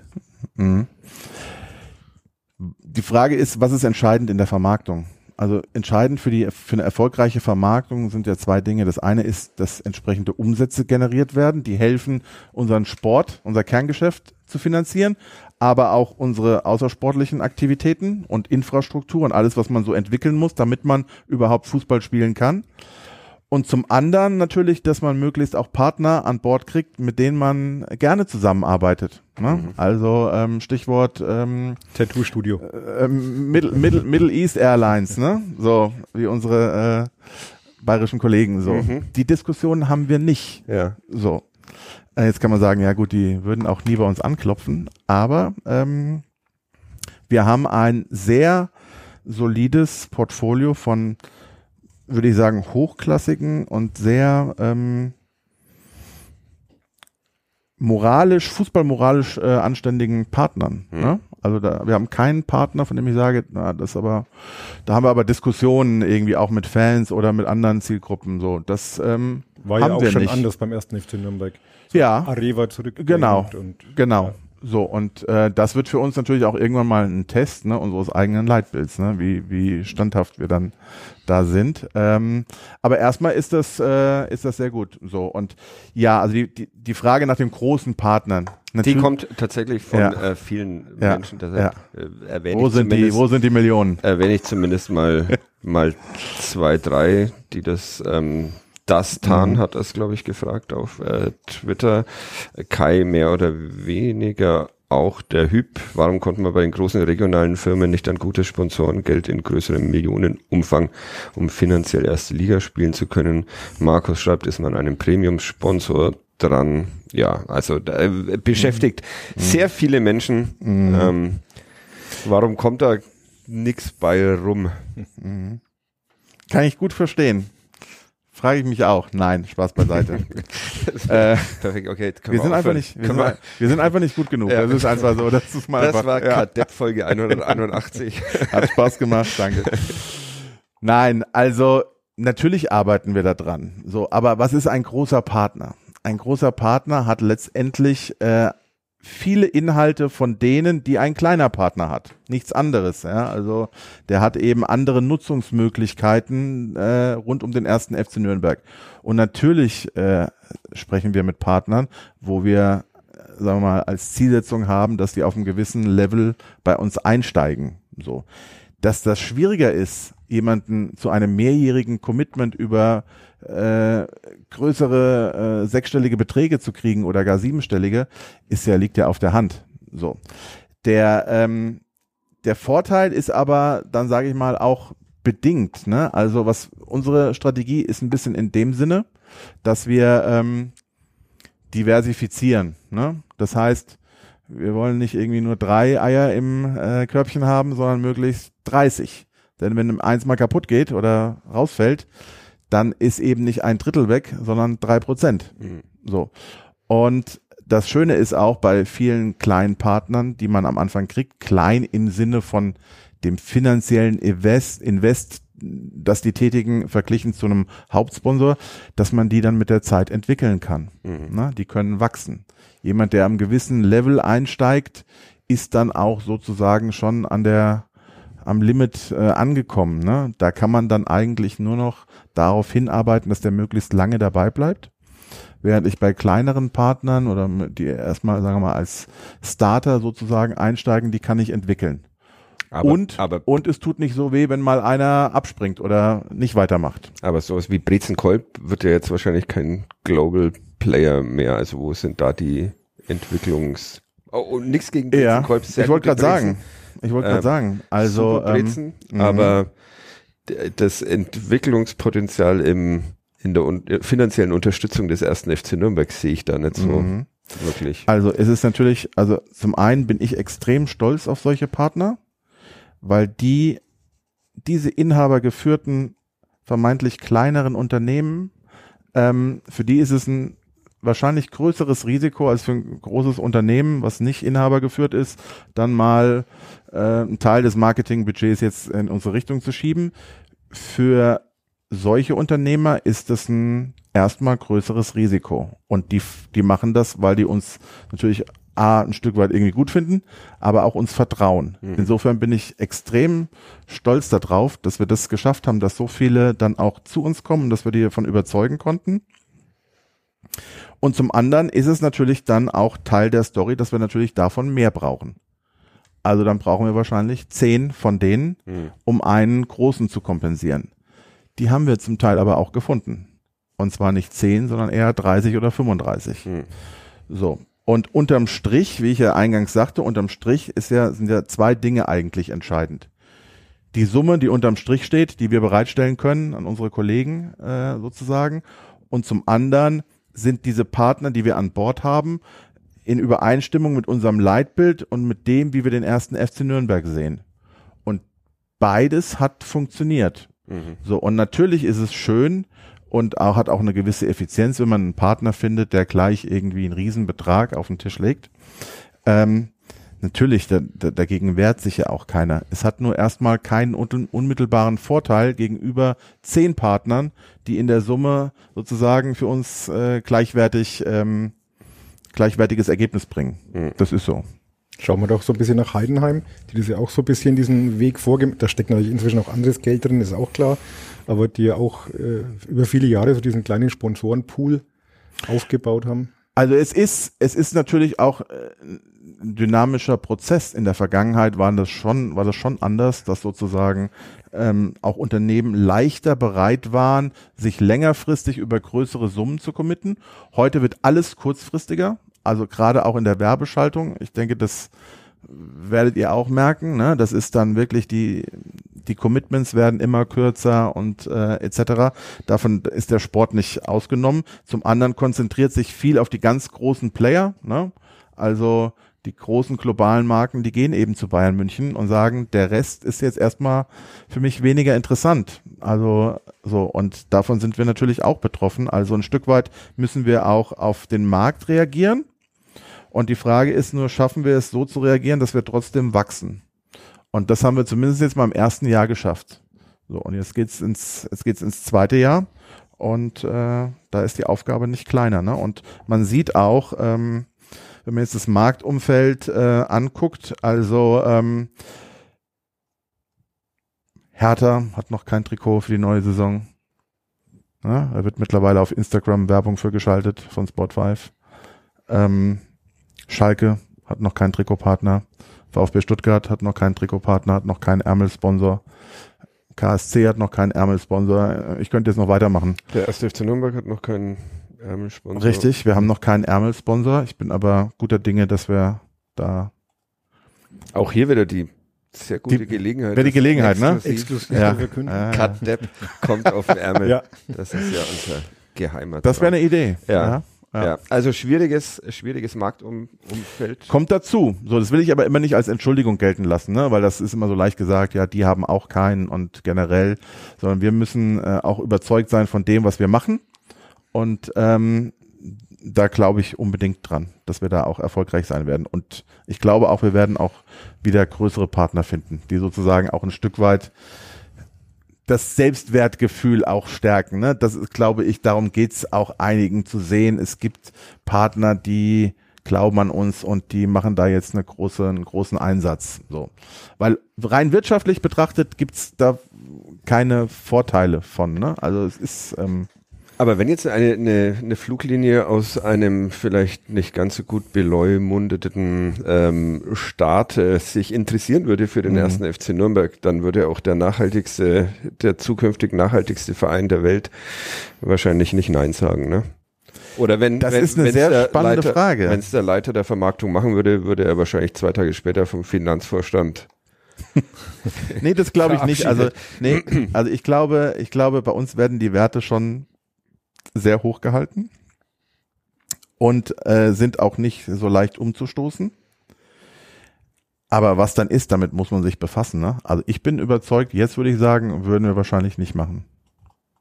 Die Frage ist, was ist entscheidend in der Vermarktung? Also entscheidend für eine erfolgreiche Vermarktung sind ja zwei Dinge. Das eine ist, dass entsprechende Umsätze generiert werden, die helfen, unseren Sport, unser Kerngeschäft zu finanzieren, aber auch unsere außersportlichen Aktivitäten und Infrastruktur und alles, was man so entwickeln muss, damit man überhaupt Fußball spielen kann. Und zum anderen natürlich, dass man möglichst auch Partner an Bord kriegt, mit denen man gerne zusammenarbeitet. Ne? Also Stichwort Tattoo-Studio. Middle East Airlines, ne? So wie unsere bayerischen Kollegen. So die Diskussion haben wir nicht. Ja. So jetzt kann man sagen, ja gut, die würden auch nie bei uns anklopfen, aber wir haben ein sehr solides Portfolio von, würde ich sagen, hochklassigen und sehr fußballmoralisch anständigen Partnern. Ne? Also wir haben keinen Partner, von dem ich sage, da haben wir aber Diskussionen irgendwie auch mit Fans oder mit anderen Zielgruppen. So, das war ja auch schon nicht anders beim ersten FC Nürnberg. So ja, Areva zurück. Genau. Ja. So, und das wird für uns natürlich auch irgendwann mal ein Test, ne, unseres eigenen Leitbilds, ne, wie standhaft wir dann da sind. Aber erstmal ist das sehr gut. So, und ja, also die Frage nach den großen Partnern. Die kommt tatsächlich von vielen Menschen. Deshalb erwähne wo sind die Millionen? Erwähne ich zumindest mal 2, 3, die das Dastan hat das, glaube ich, gefragt auf Twitter. Kai mehr oder weniger auch der Hüb. Warum konnten wir bei den großen regionalen Firmen nicht an gutes Sponsorengeld in größerem Millionenumfang, um finanziell erste Liga spielen zu können? Markus schreibt, ist man einem Premium-Sponsor dran? Ja, also beschäftigt sehr viele Menschen. Warum kommt da nichts bei rum? Kann ich gut verstehen. Frage ich mich auch. Nein, Spaß beiseite. Perfekt, okay. Wir sind einfach nicht gut genug. Ja. Das ist einfach so. Das war Kadepp-Folge 181. Hat Spaß gemacht, danke. Nein, also natürlich arbeiten wir da dran. So, aber was ist ein großer Partner? Ein großer Partner hat letztendlich viele Inhalte von denen, die ein kleiner Partner hat. Nichts anderes. Ja? Also der hat eben andere Nutzungsmöglichkeiten rund um den ersten FC Nürnberg. Und natürlich sprechen wir mit Partnern, wo wir, sagen wir mal, als Zielsetzung haben, dass die auf einem gewissen Level bei uns einsteigen. So, dass das schwieriger ist, jemanden zu einem mehrjährigen Commitment über größere sechsstellige Beträge zu kriegen oder gar siebenstellige, liegt ja auf der Hand. So, der Vorteil ist aber dann, sage ich mal, auch bedingt. Ne? Also was unsere Strategie ist ein bisschen in dem Sinne, dass wir diversifizieren. Ne? Das heißt, wir wollen nicht irgendwie nur 3 Eier im Körbchen haben, sondern möglichst 30. Denn wenn eins mal kaputt geht oder rausfällt, dann ist eben nicht 1/3 weg, sondern 3%. So. Und das Schöne ist auch bei vielen kleinen Partnern, die man am Anfang kriegt, klein im Sinne von dem finanziellen Invest, das die tätigen, verglichen zu einem Hauptsponsor, dass man die dann mit der Zeit entwickeln kann. Na, die können wachsen. Jemand, der am gewissen Level einsteigt, ist dann auch sozusagen schon am Limit angekommen. Ne? Da kann man dann eigentlich nur noch darauf hinarbeiten, dass der möglichst lange dabei bleibt. Während ich bei kleineren Partnern oder die erstmal, sagen wir mal, als Starter sozusagen einsteigen, die kann ich entwickeln. Und es tut nicht so weh, wenn mal einer abspringt oder nicht weitermacht. Aber sowas wie Brezenkolb wird ja jetzt wahrscheinlich kein Global Player mehr. Also wo sind da die und nichts gegen Brezenkolb. Ja, ich wollte gerade sagen. Also Brezen, aber das Entwicklungspotenzial in der finanziellen Unterstützung des ersten FC Nürnberg sehe ich da nicht so wirklich. Also es ist natürlich, also zum einen bin ich extrem stolz auf solche Partner, weil diese inhabergeführten vermeintlich kleineren Unternehmen, für die ist es ein wahrscheinlich größeres Risiko als für ein großes Unternehmen, was nicht inhabergeführt ist, dann mal einen Teil des Marketingbudgets jetzt in unsere Richtung zu schieben. Für solche Unternehmer ist das ein erstmal größeres Risiko. Und die machen das, weil die uns natürlich ein Stück weit irgendwie gut finden, aber auch uns vertrauen. Insofern bin ich extrem stolz darauf, dass wir das geschafft haben, dass so viele dann auch zu uns kommen, dass wir die davon überzeugen konnten. Und zum anderen ist es natürlich dann auch Teil der Story, dass wir natürlich davon mehr brauchen. Also dann brauchen wir wahrscheinlich 10 von denen, um einen großen zu kompensieren. Die haben wir zum Teil aber auch gefunden. Und zwar nicht 10, sondern eher 30 oder 35. So. Und unterm Strich, wie ich ja eingangs sagte, unterm Strich sind ja 2 Dinge eigentlich entscheidend. Die Summe, die unterm Strich steht, die wir bereitstellen können an unsere Kollegen sozusagen. Und zum anderen sind diese Partner, die wir an Bord haben, in Übereinstimmung mit unserem Leitbild und mit dem, wie wir den ersten FC Nürnberg sehen. Und beides hat funktioniert. So, und natürlich ist es schön und hat auch eine gewisse Effizienz, wenn man einen Partner findet, der gleich irgendwie einen Riesenbetrag auf den Tisch legt. Natürlich, dagegen wehrt sich ja auch keiner. Es hat nur erstmal keinen unmittelbaren Vorteil gegenüber 10 Partnern, die in der Summe sozusagen für uns gleichwertiges Ergebnis bringen. Das ist so. Schauen wir doch so ein bisschen nach Heidenheim, die das ja auch so ein bisschen diesen Weg vorgemacht. Da steckt natürlich inzwischen auch anderes Geld drin, ist auch klar. Aber die ja auch über viele Jahre so diesen kleinen Sponsorenpool aufgebaut haben. Also es ist natürlich auch ein dynamischer Prozess. In der Vergangenheit war das schon anders, dass sozusagen auch Unternehmen leichter bereit waren, sich längerfristig über größere Summen zu committen. Heute wird alles kurzfristiger, also gerade auch in der Werbeschaltung. Ich denke, das werdet ihr auch merken, ne? Das ist dann wirklich die Commitments werden immer kürzer und etc. Davon ist der Sport nicht ausgenommen. Zum anderen konzentriert sich viel auf die ganz großen Player, ne? Also die großen globalen Marken, die gehen eben zu Bayern München und sagen, der Rest ist jetzt erstmal für mich weniger interessant. Also so, und davon sind wir natürlich auch betroffen. Also ein Stück weit müssen wir auch auf den Markt reagieren. Und die Frage ist nur, schaffen wir es so zu reagieren, dass wir trotzdem wachsen? Und das haben wir zumindest jetzt mal im ersten Jahr geschafft. So, und jetzt geht's ins zweite Jahr. Und da ist die Aufgabe nicht kleiner, ne? Und man sieht auch, wenn man jetzt das Marktumfeld anguckt, also Hertha hat noch kein Trikot für die neue Saison. Ja, da wird mittlerweile auf Instagram Werbung für geschaltet von Sport5. Schalke hat noch keinen Trikotpartner. VfB Stuttgart hat noch keinen Trikotpartner, hat noch keinen Ärmelsponsor. KSC hat noch keinen Ärmelsponsor. Ich könnte jetzt noch weitermachen. Der 1. FC Nürnberg hat noch keinen Ärmelsponsor. Richtig, wir haben noch keinen Ärmelsponsor. Ich bin aber guter Dinge, dass wir da... Auch hier wieder die sehr gute Gelegenheit. Wäre die Gelegenheit, ne? Exklusiv. Ja. Cut-Depp kommt auf den Ärmel. Ja. Das ist ja unser geheimer Das wäre eine Idee. Ja. Ja. Also schwieriges Marktumfeld. Kommt dazu. So, das will ich aber immer nicht als Entschuldigung gelten lassen, ne? Weil das ist immer so leicht gesagt, ja, die haben auch keinen und generell, sondern wir müssen auch überzeugt sein von dem, was wir machen. Und da glaube ich unbedingt dran, dass wir da auch erfolgreich sein werden. Und ich glaube auch, wir werden auch wieder größere Partner finden, die sozusagen auch ein Stück weit das Selbstwertgefühl auch stärken. Ne? Das ist, glaube ich, darum geht's auch einigen zu sehen. Es gibt Partner, die glauben an uns und die machen da jetzt einen großen Einsatz. So, weil rein wirtschaftlich betrachtet gibt's da keine Vorteile von. Ne? Also es ist aber wenn jetzt eine Fluglinie aus einem vielleicht nicht ganz so gut beleumundeten Staat sich interessieren würde für den ersten FC Nürnberg, dann würde auch der zukünftig nachhaltigste Verein der Welt wahrscheinlich nicht Nein sagen, ne? Oder ist eine sehr spannende Frage. Wenn es der Leiter der Vermarktung machen würde, würde er wahrscheinlich 2 Tage später vom Finanzvorstand Nee, das glaube ich nicht. Also ich glaube, bei uns werden die Werte schon sehr hoch gehalten und sind auch nicht so leicht umzustoßen. Aber was dann ist, damit muss man sich befassen. Ne? Also ich bin überzeugt, jetzt würde ich sagen, würden wir wahrscheinlich nicht machen.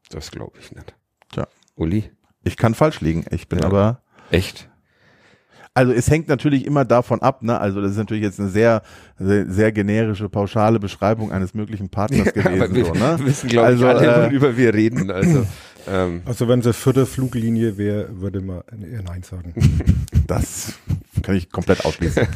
Das glaube ich nicht. Tja. Uli? Ich kann falsch liegen. Ich bin aber... Echt? Also es hängt natürlich immer davon ab, ne? Also das ist natürlich jetzt eine sehr, sehr, sehr generische, pauschale Beschreibung eines möglichen Partners gewesen. Aber wir so, ne? wissen, glaube ich, alle, worüber wir reden. Also wenn es eine 4. Fluglinie wäre, würde man eher Nein sagen. Das kann ich komplett ausschließen.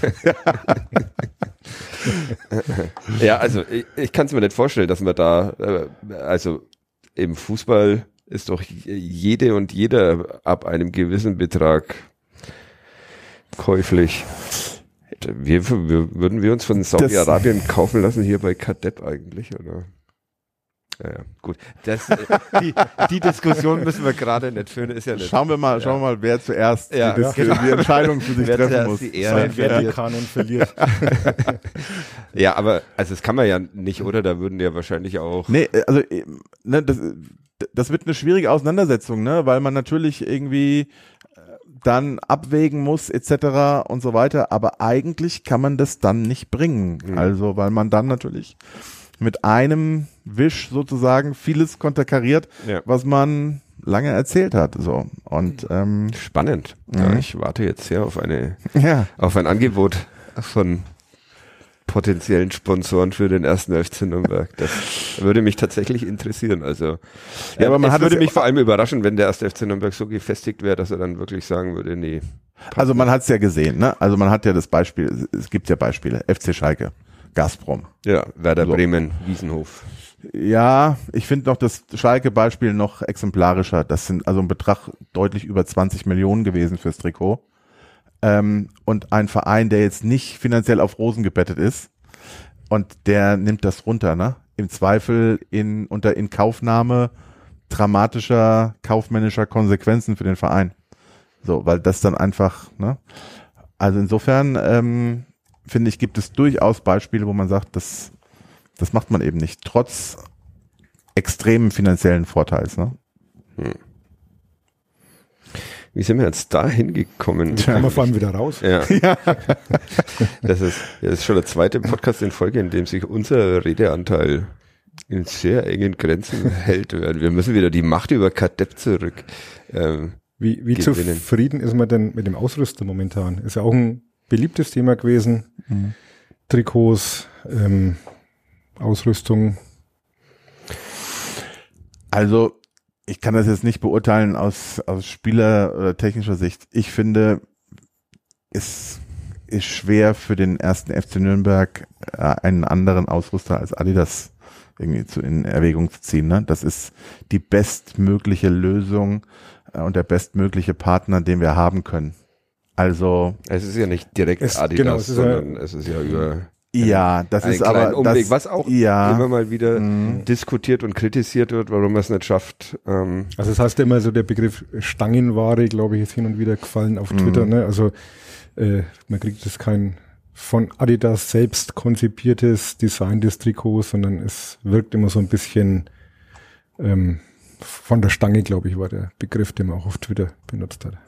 Ja, also ich kann es mir nicht vorstellen, dass man da, also im Fußball ist doch jede und jeder ab einem gewissen Betrag käuflich. Würden wir uns von Saudi-Arabien kaufen lassen hier bei Kadep eigentlich, oder? Ja, gut. Die Diskussion müssen wir gerade nicht führen, ist ja nicht. Schauen wir mal, wer zuerst die Entscheidung für sich treffen muss. Wer den Kanon verliert. Ja, aber also das kann man ja nicht, oder? Da würden ja wahrscheinlich auch... Nee, also ne, das wird eine schwierige Auseinandersetzung, ne, weil man natürlich irgendwie dann abwägen muss etc. und so weiter, aber eigentlich kann man das dann nicht bringen. Also, weil man dann natürlich mit einem Wisch sozusagen vieles konterkariert, was man lange erzählt hat. So. Und spannend. Ja, ich warte jetzt sehr auf ein Angebot von potenziellen Sponsoren für den 1. FC Nürnberg. Das würde mich tatsächlich interessieren. Also, aber es würde mich vor allem überraschen, wenn der 1. FC Nürnberg so gefestigt wäre, dass er dann wirklich sagen würde, nee. Also man hat es ja gesehen, ne? Also man hat ja das Beispiel, es gibt ja Beispiele, FC Schalke, Gazprom. Ja, Werder Bremen, Wiesenhof. Ja, ich finde noch das Schalke-Beispiel noch exemplarischer. Das sind also ein Betrag deutlich über 20 Millionen gewesen fürs Trikot. Und ein Verein, der jetzt nicht finanziell auf Rosen gebettet ist und der nimmt das runter, ne? Im Zweifel in Kaufnahme dramatischer kaufmännischer Konsequenzen für den Verein. So, weil das dann einfach, ne? Also insofern finde ich, gibt es durchaus Beispiele, wo man sagt, das macht man eben nicht, trotz extremen finanziellen Vorteils, ne? Wie sind wir jetzt da hingekommen? Kommen wir vor allem wieder raus. Ja. Das ist schon der 2. Podcast in Folge, in dem sich unser Redeanteil in sehr engen Grenzen hält. Wir müssen wieder die Macht über Kadep zurück. Wie zufrieden ist man denn mit dem Ausrüster momentan? Ist ja auch ein beliebtes Thema gewesen. Trikots, Ausrüstung. Also ich kann das jetzt nicht beurteilen aus Spieler- oder technischer Sicht. Ich finde, es ist schwer für den 1. FC Nürnberg einen anderen Ausrüster als Adidas irgendwie in Erwägung zu ziehen. Ne? Das ist die bestmögliche Lösung und der bestmögliche Partner, den wir haben können. Also es ist ja nicht direkt Adidas, sondern es ist ja über das ist aber Umweg, was auch immer mal wieder diskutiert und kritisiert wird, warum man es nicht schafft. Also das heißt immer so, der Begriff Stangenware, glaube ich, ist hin und wieder gefallen auf Twitter. Ne? Also man kriegt das kein von Adidas selbst konzipiertes Design des Trikots, sondern es wirkt immer so ein bisschen von der Stange, glaube ich, war der Begriff, den man auch auf Twitter benutzt hat.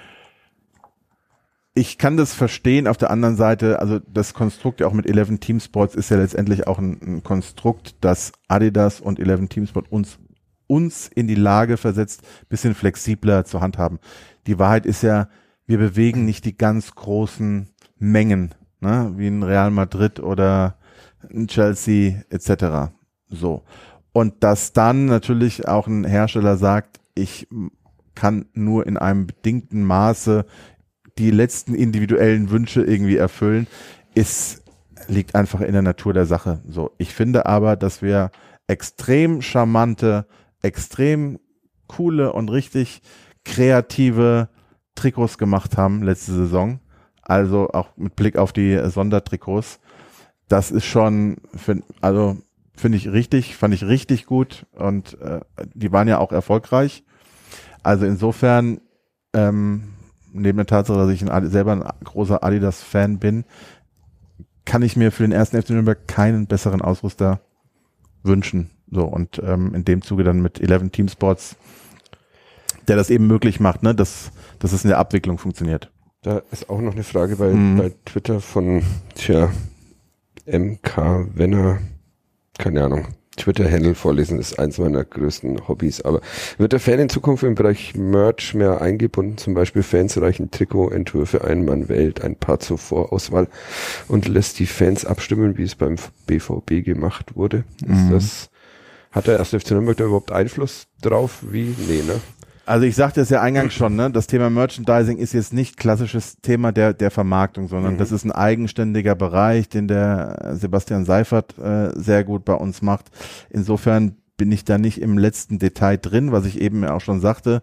Ich kann das verstehen, auf der anderen Seite, also das Konstrukt ja auch mit 11 Team Sports ist ja letztendlich auch ein Konstrukt, das Adidas und 11 Team Sport uns in die Lage versetzt, bisschen flexibler zu handhaben. Die Wahrheit ist ja, wir bewegen nicht die ganz großen Mengen, ne, wie ein Real Madrid oder ein Chelsea etc. So. Und dass dann natürlich auch ein Hersteller sagt, ich kann nur in einem bedingten Maße die letzten individuellen Wünsche irgendwie erfüllen, liegt einfach in der Natur der Sache. So, ich finde aber, dass wir extrem charmante, extrem coole und richtig kreative Trikots gemacht haben letzte Saison. Also auch mit Blick auf die Sondertrikots. Das ist schon, fand ich richtig gut und die waren ja auch erfolgreich. Also insofern neben der Tatsache, dass ich selber ein großer Adidas-Fan bin, kann ich mir für den 1. FC Nürnberg keinen besseren Ausrüster wünschen. So, und in dem Zuge dann mit 11 Team Sports, der das eben möglich macht, ne, dass es in der Abwicklung funktioniert. Da ist auch noch eine Frage bei Twitter von MK Wenner, keine Ahnung, Twitter-Handle vorlesen, ist eins meiner größten Hobbys. Aber wird der Fan in Zukunft im Bereich Merch mehr eingebunden? Zum Beispiel Fans reichen Trikotentwürfe ein, man wählt ein paar zur Vorauswahl und lässt die Fans abstimmen, wie es beim BVB gemacht wurde. Hat der 1. FC Nürnberg da überhaupt Einfluss drauf? Nee, ne? Also ich sagte es ja eingangs schon, ne? Das Thema Merchandising ist jetzt nicht klassisches Thema der Vermarktung, sondern das ist ein eigenständiger Bereich, den der Sebastian Seifert sehr gut bei uns macht. Insofern bin ich da nicht im letzten Detail drin, was ich eben auch schon sagte.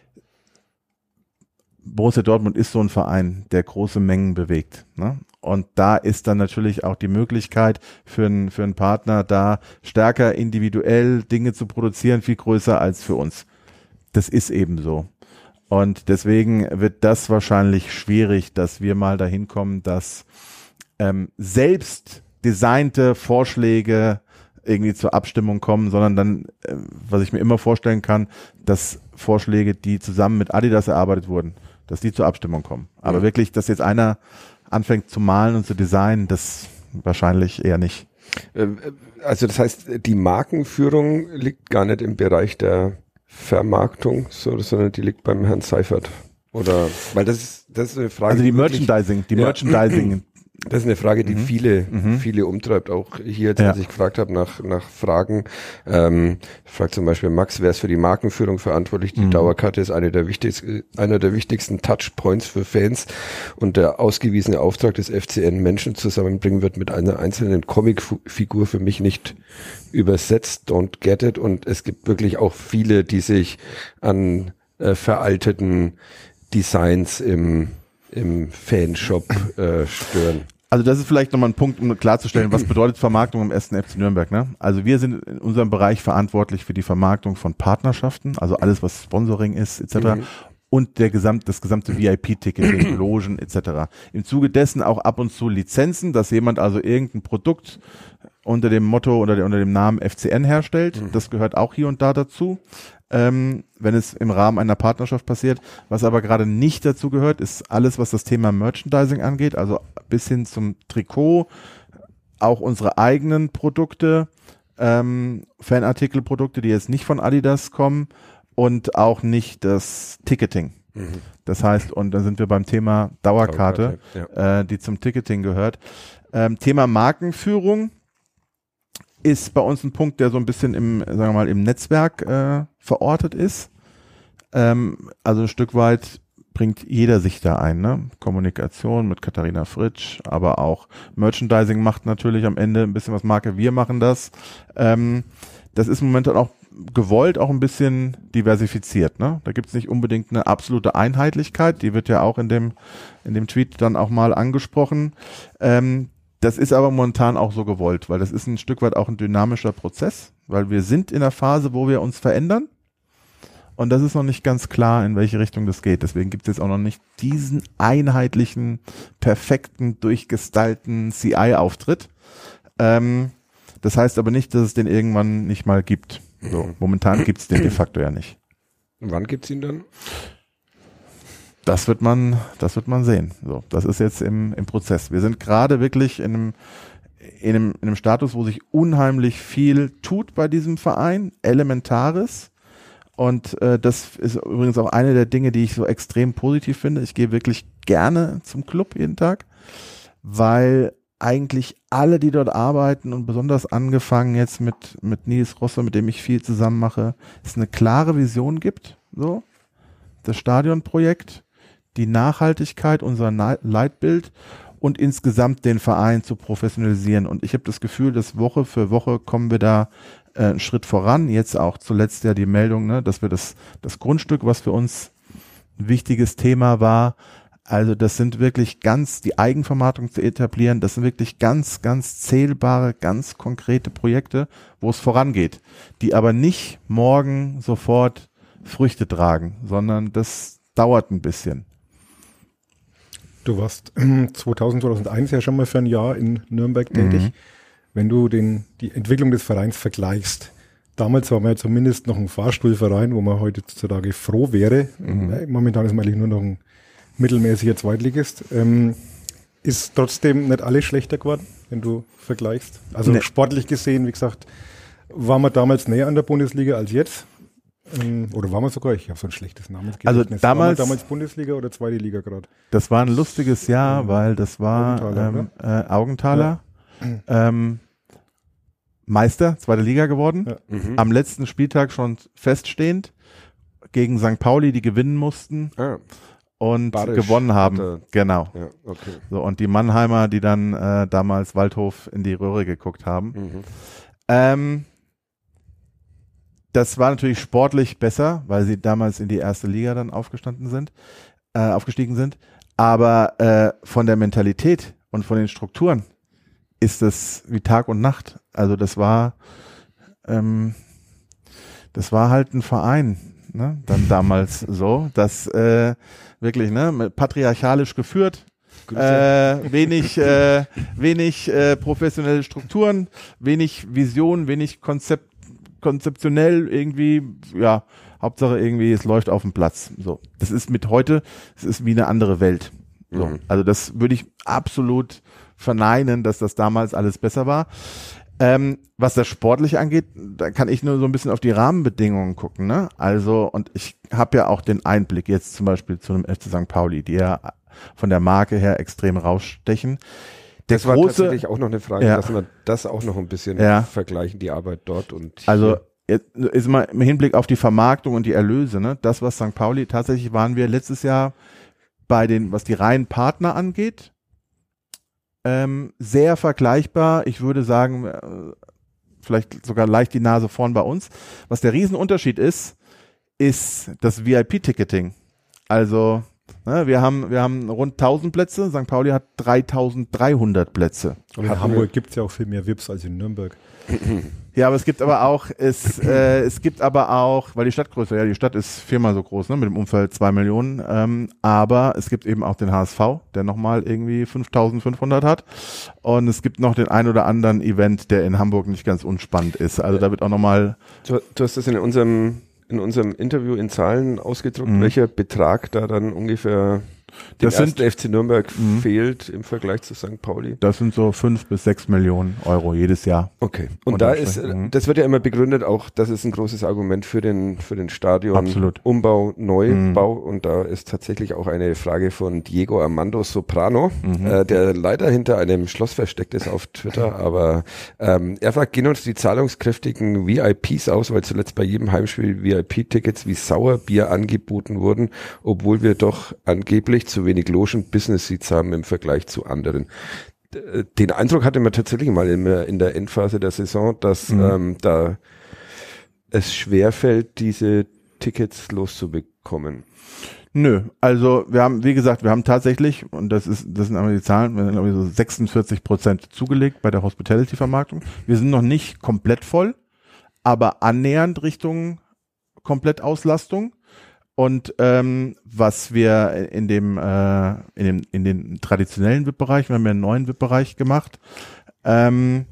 Borussia Dortmund ist so ein Verein, der große Mengen bewegt, ne? Und da ist dann natürlich auch die Möglichkeit für einen Partner, da stärker individuell Dinge zu produzieren, viel größer als für uns. Das ist eben so. Und deswegen wird das wahrscheinlich schwierig, dass wir mal dahin kommen, dass selbst designte Vorschläge irgendwie zur Abstimmung kommen, sondern dann, was ich mir immer vorstellen kann, dass Vorschläge, die zusammen mit Adidas erarbeitet wurden, dass die zur Abstimmung kommen. Aber wirklich, dass jetzt einer anfängt zu malen und zu designen, das wahrscheinlich eher nicht. Also das heißt, die Markenführung liegt gar nicht im Bereich der Vermarktung, sondern die liegt beim Herrn Seifert. Oder, weil das ist eine Frage. Also die Merchandising. Das ist eine Frage, die viele umtreibt. Auch hier, jetzt, als ich gefragt habe nach Fragen, fragt zum Beispiel Max, wer ist für die Markenführung verantwortlich? Die Dauerkarte ist einer der wichtigsten Touchpoints für Fans und der ausgewiesene Auftrag des FCN, Menschen zusammenbringen wird mit einer einzelnen Comicfigur, für mich nicht übersetzt, don't get it. Und es gibt wirklich auch viele, die sich an veralteten Designs im Fanshop stören. Also das ist vielleicht nochmal ein Punkt, um klarzustellen, was bedeutet Vermarktung im 1. FC Nürnberg, ne? Also wir sind in unserem Bereich verantwortlich für die Vermarktung von Partnerschaften, also alles, was Sponsoring ist, etc. Und das gesamte VIP-Ticketing, Logen, etc. Im Zuge dessen auch ab und zu Lizenzen, dass jemand also irgendein Produkt unter dem Motto oder unter dem Namen FCN herstellt. Das gehört auch hier und da dazu, wenn es im Rahmen einer Partnerschaft passiert. Was aber gerade nicht dazu gehört, ist alles, was das Thema Merchandising angeht, also bis hin zum Trikot, auch unsere eigenen Produkte, Fanartikelprodukte, die jetzt nicht von Adidas kommen und auch nicht das Ticketing. Das heißt, und dann sind wir beim Thema Dauerkarte, die zum Ticketing gehört. Thema Markenführung ist bei uns ein Punkt, der so ein bisschen im Netzwerk verortet ist. Also ein Stück weit bringt jeder sich da ein, ne? Kommunikation mit Katharina Fritsch, aber auch Merchandising macht natürlich am Ende ein bisschen was Marke. Wir machen das. Das ist momentan auch gewollt, auch ein bisschen diversifiziert, ne? Da gibt es nicht unbedingt eine absolute Einheitlichkeit. Die wird ja auch in dem Tweet dann auch mal angesprochen. Das ist aber momentan auch so gewollt, weil das ist ein Stück weit auch ein dynamischer Prozess, weil wir sind in einer Phase, wo wir uns verändern und das ist noch nicht ganz klar, in welche Richtung das geht. Deswegen gibt es jetzt auch noch nicht diesen einheitlichen, perfekten, durchgestylten CI-Auftritt. Das heißt aber nicht, dass es den irgendwann nicht mal gibt. So, momentan gibt es den de facto ja nicht. Und wann gibt es ihn dann? Das wird man sehen. So, das ist jetzt im Prozess. Wir sind gerade wirklich in einem Status, wo sich unheimlich viel tut bei diesem Verein, Elementares. Und das ist übrigens auch eine der Dinge, die ich so extrem positiv finde. Ich gehe wirklich gerne zum Club jeden Tag, weil eigentlich alle, die dort arbeiten und besonders angefangen jetzt mit Nils Rosser, mit dem ich viel zusammen mache, es eine klare Vision gibt. So, das Stadionprojekt, die Nachhaltigkeit, unser Leitbild und insgesamt den Verein zu professionalisieren. Und ich habe das Gefühl, dass Woche für Woche kommen wir da einen Schritt voran. Jetzt auch zuletzt ja die Meldung, ne, dass wir das Grundstück, was für uns ein wichtiges Thema war, also das sind wirklich die Eigenvermarktung zu etablieren, das sind wirklich ganz, ganz zählbare, ganz konkrete Projekte, wo es vorangeht, die aber nicht morgen sofort Früchte tragen, sondern das dauert ein bisschen. Du warst 2001 ja schon mal für ein Jahr in Nürnberg tätig. Wenn du die Entwicklung des Vereins vergleichst, damals war man ja zumindest noch ein Fahrstuhlverein, wo man heutzutage froh wäre. Momentan ist man eigentlich nur noch ein mittelmäßiger Zweitligist. Ist trotzdem nicht alles schlechter geworden, wenn du vergleichst? Also sportlich gesehen, wie gesagt, Waren wir damals näher an der Bundesliga als jetzt? Oder waren wir sogar, ich habe so ein schlechtes Namensgedächtnis. Also damals, waren wir damals Bundesliga oder zweite Liga gerade? Das war ein lustiges Jahr, weil das war Augenthaler. Ja. Meister, zweite Liga geworden. Ja. Am letzten Spieltag schon feststehend gegen St. Pauli, die gewinnen mussten und Barisch gewonnen haben. Genau. Ja, okay. So, und die Mannheimer, die dann damals Waldhof in die Röhre geguckt haben. Das war natürlich sportlich besser, weil sie damals in die erste Liga dann aufgestiegen sind. Aber von der Mentalität und von den Strukturen ist das wie Tag und Nacht. Also das war halt ein Verein, ne? Dann damals so, das wirklich, ne, patriarchalisch geführt. Wenig professionelle Strukturen, wenig Vision, wenig konzeptionell irgendwie, ja, Hauptsache irgendwie, es läuft auf dem Platz. So, das ist es ist wie eine andere Welt. So, also das würde ich absolut verneinen, dass das damals alles besser war. Was das Sportliche angeht, da kann ich nur so ein bisschen auf die Rahmenbedingungen gucken, ne? Also, und ich habe ja auch den Einblick jetzt zum Beispiel zu einem FC St. Pauli, die ja von der Marke her extrem rausstechen. Das war tatsächlich auch noch eine Frage, dass wir das auch noch ein bisschen vergleichen, die Arbeit dort und hier. Also ist mal im Hinblick auf die Vermarktung und die Erlöse, ne? Das, was St. Pauli, tatsächlich waren wir letztes Jahr was die reinen Partner angeht, sehr vergleichbar. Ich würde sagen, vielleicht sogar leicht die Nase vorn bei uns. Was der Riesenunterschied ist das VIP-Ticketing. Also, ne, wir haben rund 1000 Plätze, St. Pauli hat 3300 Plätze. Und in Hamburg gibt es ja auch viel mehr VIPs als in Nürnberg. Ja, aber es gibt aber auch, weil die Stadtgröße, die Stadt ist 4-mal so groß, ne, mit dem Umfeld 2 Millionen, aber es gibt eben auch den HSV, der nochmal irgendwie 5500 hat, und es gibt noch den ein oder anderen Event, der in Hamburg nicht ganz unspannend ist, also da wird auch nochmal... Du hast das in unserem Interview in Zahlen ausgedruckt, welcher Betrag da dann ungefähr dem ersten FC Nürnberg fehlt im Vergleich zu St. Pauli? Das sind so 5 bis 6 Millionen Euro jedes Jahr. Okay. Und das wird ja immer begründet, auch das ist ein großes Argument für den Stadion-Umbau, Neubau, und da ist tatsächlich auch eine Frage von Diego Armando Soprano, der leider hinter einem Schloss versteckt ist auf Twitter, aber er fragt, gehen uns die zahlungskräftigen VIPs aus, weil zuletzt bei jedem Heimspiel VIP-Tickets wie Sauerbier angeboten wurden, obwohl wir doch angeblich zu wenig Logen-Business-Seats haben im Vergleich zu anderen. Den Eindruck hatte man tatsächlich mal in der Endphase der Saison, dass da es schwerfällt, diese Tickets loszubekommen. Nö, also wir haben tatsächlich, und das sind aber die Zahlen, wir haben glaube ich so 46% zugelegt bei der Hospitality-Vermarktung. Wir sind noch nicht komplett voll, aber annähernd Richtung Komplettauslastung. Und was wir in den traditionellen VIP-Bereich, wir haben ja einen neuen VIP-Bereich gemacht, da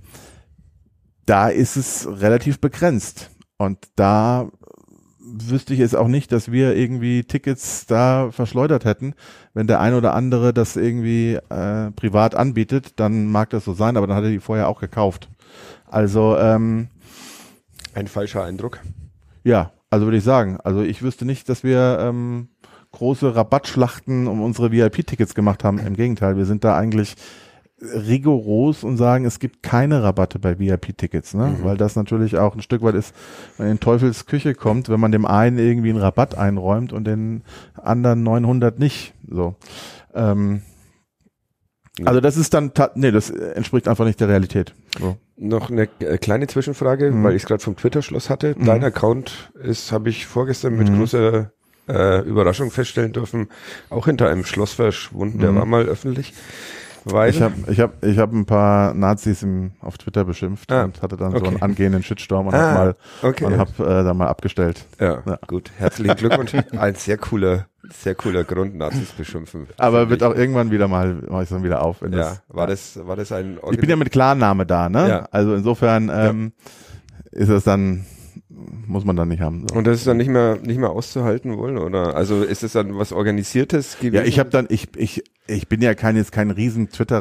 ist es relativ begrenzt. Und da wüsste ich es auch nicht, dass wir irgendwie Tickets da verschleudert hätten. Wenn der ein oder andere das irgendwie privat anbietet, dann mag das so sein, aber dann hat er die vorher auch gekauft. Also ein falscher Eindruck. Ja. Also würde ich sagen, also ich wüsste nicht, dass wir große Rabattschlachten um unsere VIP-Tickets gemacht haben. Im Gegenteil, wir sind da eigentlich rigoros und sagen, es gibt keine Rabatte bei VIP-Tickets, ne? Weil das natürlich auch ein Stück weit ist, wenn in Teufels Küche kommt, wenn man dem einen irgendwie einen Rabatt einräumt und den anderen 900 nicht. So. Also das ist dann, das entspricht einfach nicht der Realität. So. Noch eine kleine Zwischenfrage, weil ich es gerade vom Twitter-Schloss hatte. Dein Account habe ich vorgestern mit großer Überraschung feststellen dürfen, auch hinter einem Schloss verschwunden. Der war mal öffentlich. Weil ich hab ein paar Nazis auf Twitter beschimpft und hatte dann so einen angehenden Shitstorm und habe da mal abgestellt. Ja, gut. Herzlichen Glückwunsch. Ein sehr cooler Grund, Nazis beschimpfen. Aber wird auch irgendwann mache ich dann wieder auf. War das ein Ich bin ja mit Klarname da, ne? Ja. Also insofern ist es dann, muss man dann nicht haben. So. Und das ist dann nicht mehr auszuhalten wollen, oder? Also ist es dann was Organisiertes gewesen? Ja, ich bin ja kein Riesen-Twitterer,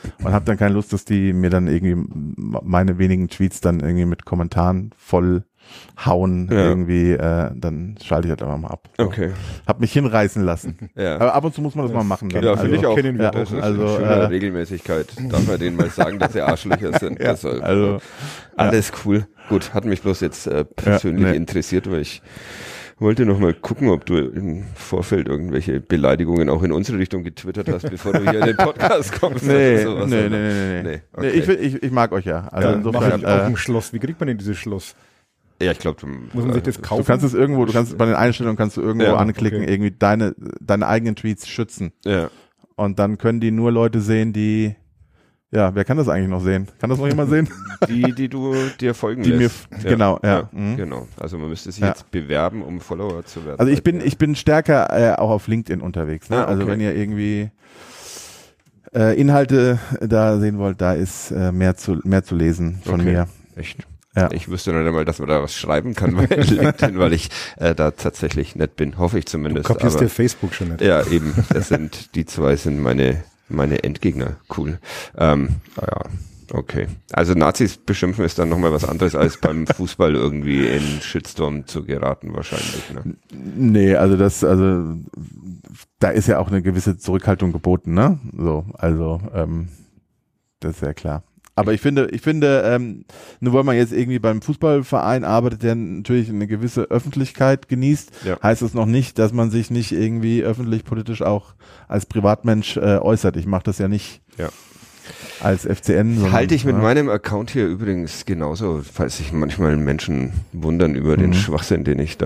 und habe dann keine Lust, dass die mir dann irgendwie meine wenigen Tweets dann irgendwie mit Kommentaren voll hauen, irgendwie, dann schalte ich halt einfach mal ab. So. Okay. Hab mich hinreißen lassen. Ja. Aber ab und zu muss man das mal machen. Dann. Ja, finde ich auch. Das ist schöne Regelmäßigkeit. Darf man denen mal sagen, dass sie Arschlöcher sind. Ja, also, alles cool. Gut, hat mich bloß jetzt persönlich interessiert, weil ich wollte noch mal gucken, ob du im Vorfeld irgendwelche Beleidigungen auch in unsere Richtung getwittert hast, bevor du hier in den Podcast kommst. Nee. Okay. Ich mag euch ja. Also insofern auch ein Schloss. Wie kriegt man denn dieses Schloss? Ja, ich glaube, muss man sich das kaufen? Du kannst es irgendwo, bei den Einstellungen kannst du irgendwo anklicken, irgendwie deine eigenen Tweets schützen. Ja. Und dann können die nur Leute sehen, die, wer kann das eigentlich noch sehen? Kann das noch jemand sehen? Die du dir folgen lässt. Genau, genau. Also man müsste sich jetzt bewerben, um Follower zu werden. Also ich bin stärker auch auf LinkedIn unterwegs. Ne? Ah, okay. Also wenn ihr irgendwie Inhalte da sehen wollt, da ist mehr zu lesen von mir. Echt? Ja. Ich wüsste noch nicht mal, dass man da was schreiben kann bei LinkedIn, weil ich da tatsächlich nicht bin. Hoffe ich zumindest. Du kapierst ja Facebook schon nicht. Ja, eben. Die zwei sind meine Endgegner. Cool. Okay. Also Nazis beschimpfen ist dann nochmal was anderes, als beim Fußball irgendwie in Shitstorm zu geraten wahrscheinlich. Ne? Nee, also da ist ja auch eine gewisse Zurückhaltung geboten, ne? So, also das ist ja klar. Aber ich finde, nur weil man jetzt irgendwie beim Fußballverein arbeitet, der natürlich eine gewisse Öffentlichkeit genießt, heißt es noch nicht, dass man sich nicht irgendwie öffentlich politisch auch als Privatmensch äußert. Ich mache das ja nicht als FCN. Halte ich mit meinem Account hier übrigens genauso, falls sich manchmal Menschen wundern über den Schwachsinn, den ich da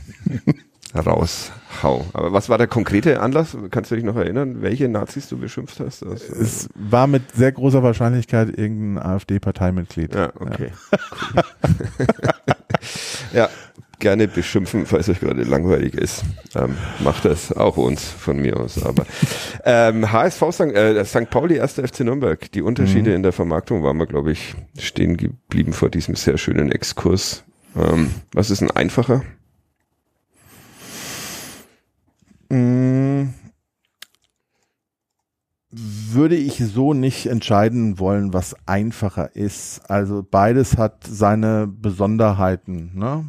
raushau. Aber was war der konkrete Anlass? Kannst du dich noch erinnern, welche Nazis du beschimpft hast? Es war mit sehr großer Wahrscheinlichkeit irgendein AfD-Parteimitglied. Ja, okay. Cool. Ja, gerne beschimpfen, falls euch gerade langweilig ist. Macht das auch uns von mir aus. Aber HSV St. Pauli, 1. FC Nürnberg. Die Unterschiede in der Vermarktung waren wir, glaube ich, stehen geblieben vor diesem sehr schönen Exkurs. Was ist ein einfacher? Würde ich so nicht entscheiden wollen, was einfacher ist. Also beides hat seine Besonderheiten. Ne?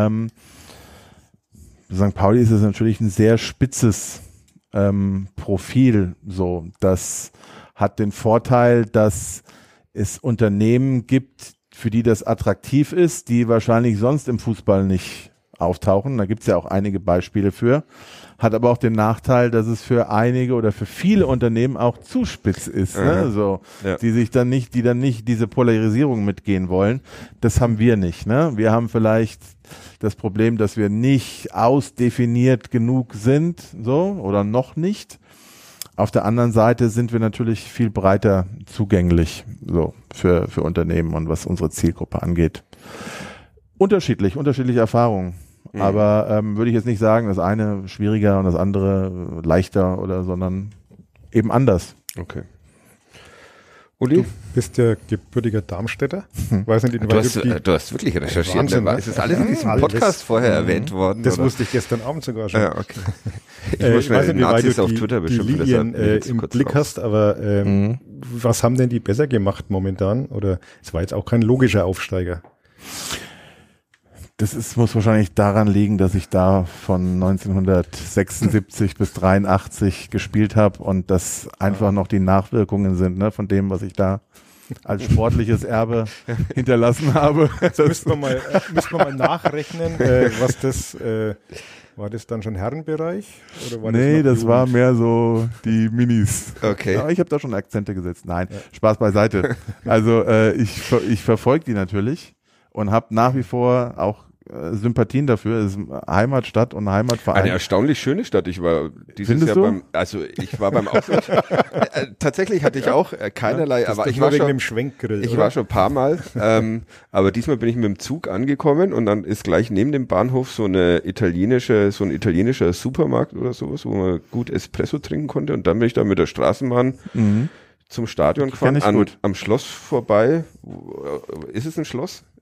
St. Pauli ist es natürlich ein sehr spitzes Profil. So, das hat den Vorteil, dass es Unternehmen gibt, für die das attraktiv ist, die wahrscheinlich sonst im Fußball nicht auftauchen. Da gibt es ja auch einige Beispiele für. Hat aber auch den Nachteil, dass es für einige oder für viele Unternehmen auch zu spitz ist, ne? So, die dann nicht diese Polarisierung mitgehen wollen. Das haben wir nicht, ne? Wir haben vielleicht das Problem, dass wir nicht ausdefiniert genug sind, so, oder noch nicht. Auf der anderen Seite sind wir natürlich viel breiter zugänglich, so, für Unternehmen und was unsere Zielgruppe angeht. Unterschiedliche Erfahrungen. Aber würde ich jetzt nicht sagen, das eine schwieriger und das andere leichter sondern eben anders. Okay. Uli? Du bist ja gebürtiger Darmstädter. Weiß nicht, du hast wirklich recherchiert. Wahnsinn, ist das alles in diesem Podcast vorher erwähnt worden? Das wusste ich gestern Abend sogar schon. Ja, okay. Ich muss schnell Nazis auf Twitter beschimpfen. Die Linien im Blick hast, aber was haben denn die besser gemacht momentan? Oder es war jetzt auch kein logischer Aufsteiger. Muss wahrscheinlich daran liegen, dass ich da von 1976 bis 83 gespielt habe und das einfach noch die Nachwirkungen sind, ne, von dem, was ich da als sportliches Erbe hinterlassen habe. Müssen wir mal nachrechnen, was das war das dann schon Herrenbereich? Oder war das war mehr so die Minis. Okay. Ja, ich habe da schon Akzente gesetzt. Nein, Spaß beiseite. Also ich verfolge die natürlich und habe nach wie vor auch Sympathien dafür. Es ist Heimatstadt und Heimatverein. Eine erstaunlich schöne Stadt. Ich war dieses Jahr beim Ausflug. Tatsächlich hatte ich auch keinerlei, aber ich war schon ein paar Mal. Aber diesmal bin ich mit dem Zug angekommen und dann ist gleich neben dem Bahnhof so ein italienischer Supermarkt oder sowas, wo man gut Espresso trinken konnte. Und dann bin ich da mit der Straßenbahn zum Stadion gefahren, am Schloss vorbei. Ist es ein Schloss?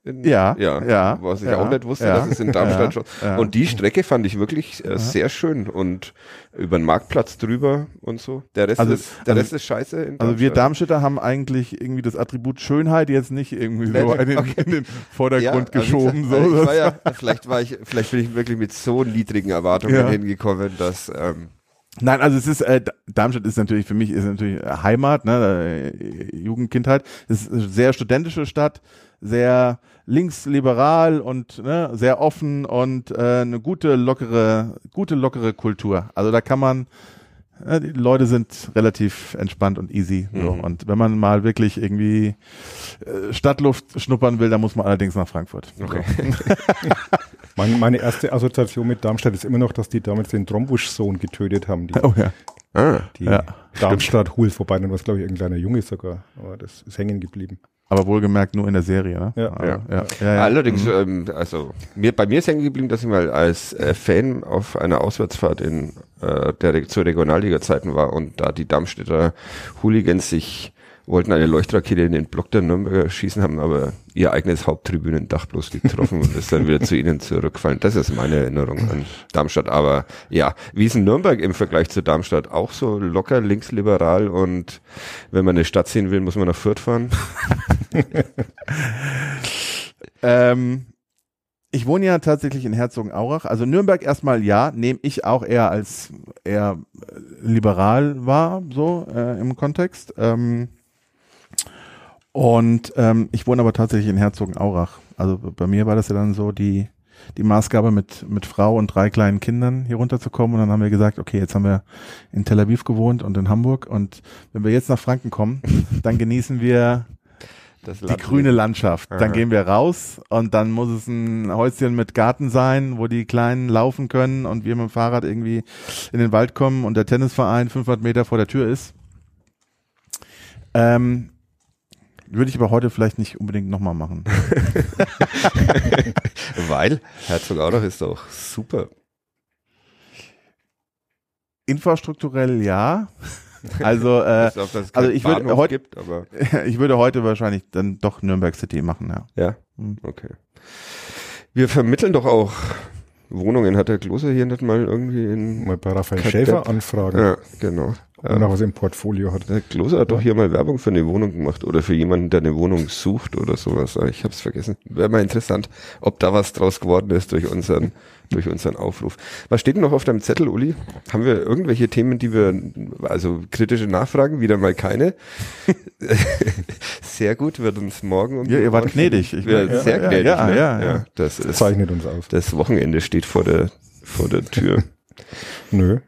Was ich auch nicht wusste, dass es in Darmstadt schon. Ja. Und die Strecke fand ich wirklich sehr schön und über den Marktplatz drüber und so. Der Rest ist scheiße in Darmstadt. Also wir Darmstädter haben eigentlich irgendwie das Attribut Schönheit jetzt nicht irgendwie so in den Vordergrund geschoben. Vielleicht bin ich wirklich mit so niedrigen Erwartungen hingekommen, dass Nein, also es ist Darmstadt ist natürlich für mich Heimat, ne, Jugendkindheit. Es ist eine sehr studentische Stadt, sehr linksliberal und sehr offen und eine gute lockere Kultur. Also da kann man die Leute sind relativ entspannt und easy. So. Und wenn man mal wirklich irgendwie Stadtluft schnuppern will, dann muss man allerdings nach Frankfurt. Okay. Meine erste Assoziation mit Darmstadt ist immer noch, dass die damals den Trombusch-Sohn getötet haben. Die Darmstadt-Hulf, wobei dann war es, glaube ich, ein kleiner Junge sogar. Aber das ist hängen geblieben. Aber wohlgemerkt nur in der Serie, ne? Ja. Allerdings, bei mir ist hängen geblieben, dass ich mal als Fan auf einer Auswärtsfahrt zur Regionalliga-Zeiten war und da die Darmstädter Hooligans wollten eine Leuchtrakete in den Block der Nürnberger schießen, haben aber ihr eigenes Haupttribünendach bloß getroffen und ist dann wieder zu ihnen zurückgefallen. Das ist meine Erinnerung an Darmstadt. Aber ja, wie ist in Nürnberg im Vergleich zu Darmstadt? Auch so locker linksliberal und wenn man eine Stadt sehen will, muss man nach Fürth fahren? Ich wohne ja tatsächlich in Herzogenaurach. Also Nürnberg erstmal nehme ich auch eher als eher liberal wahr, so im Kontext. Ich wohne aber tatsächlich in Herzogenaurach. Also bei mir war das ja dann so die Maßgabe mit Frau und 3 kleinen Kindern hier runterzukommen. Und dann haben wir gesagt, okay, jetzt haben wir in Tel Aviv gewohnt und in Hamburg. Und wenn wir jetzt nach Franken kommen, dann genießen wir die grüne Landschaft. Dann gehen wir raus und dann muss es ein Häuschen mit Garten sein, wo die Kleinen laufen können und wir mit dem Fahrrad irgendwie in den Wald kommen und der Tennisverein 500 Meter vor der Tür ist. Würde ich aber heute vielleicht nicht unbedingt nochmal machen. Weil Herzogenaurach ist doch super. Infrastrukturell ja. Also, ich würde heute wahrscheinlich dann doch Nürnberg City machen, ja. Ja, okay. Wir vermitteln doch auch Wohnungen. Hat der Klose hier nicht mal irgendwie mal bei Raphael Schäfer anfragen. Ja, genau. Und noch was im Portfolio hat. Der Klose hat doch hier mal Werbung für eine Wohnung gemacht oder für jemanden, der eine Wohnung sucht oder sowas. Ich habe es vergessen. Wäre mal interessant, ob da was draus geworden ist durch unseren Aufruf. Was steht denn noch auf deinem Zettel, Uli? Haben wir irgendwelche Themen, also kritische Nachfragen? Wieder mal keine. Sehr gut, wird uns morgen ihr wart gnädig. Sehr gnädig. Ja. Das zeichnet uns aus. Das Wochenende steht vor der Tür. Nö.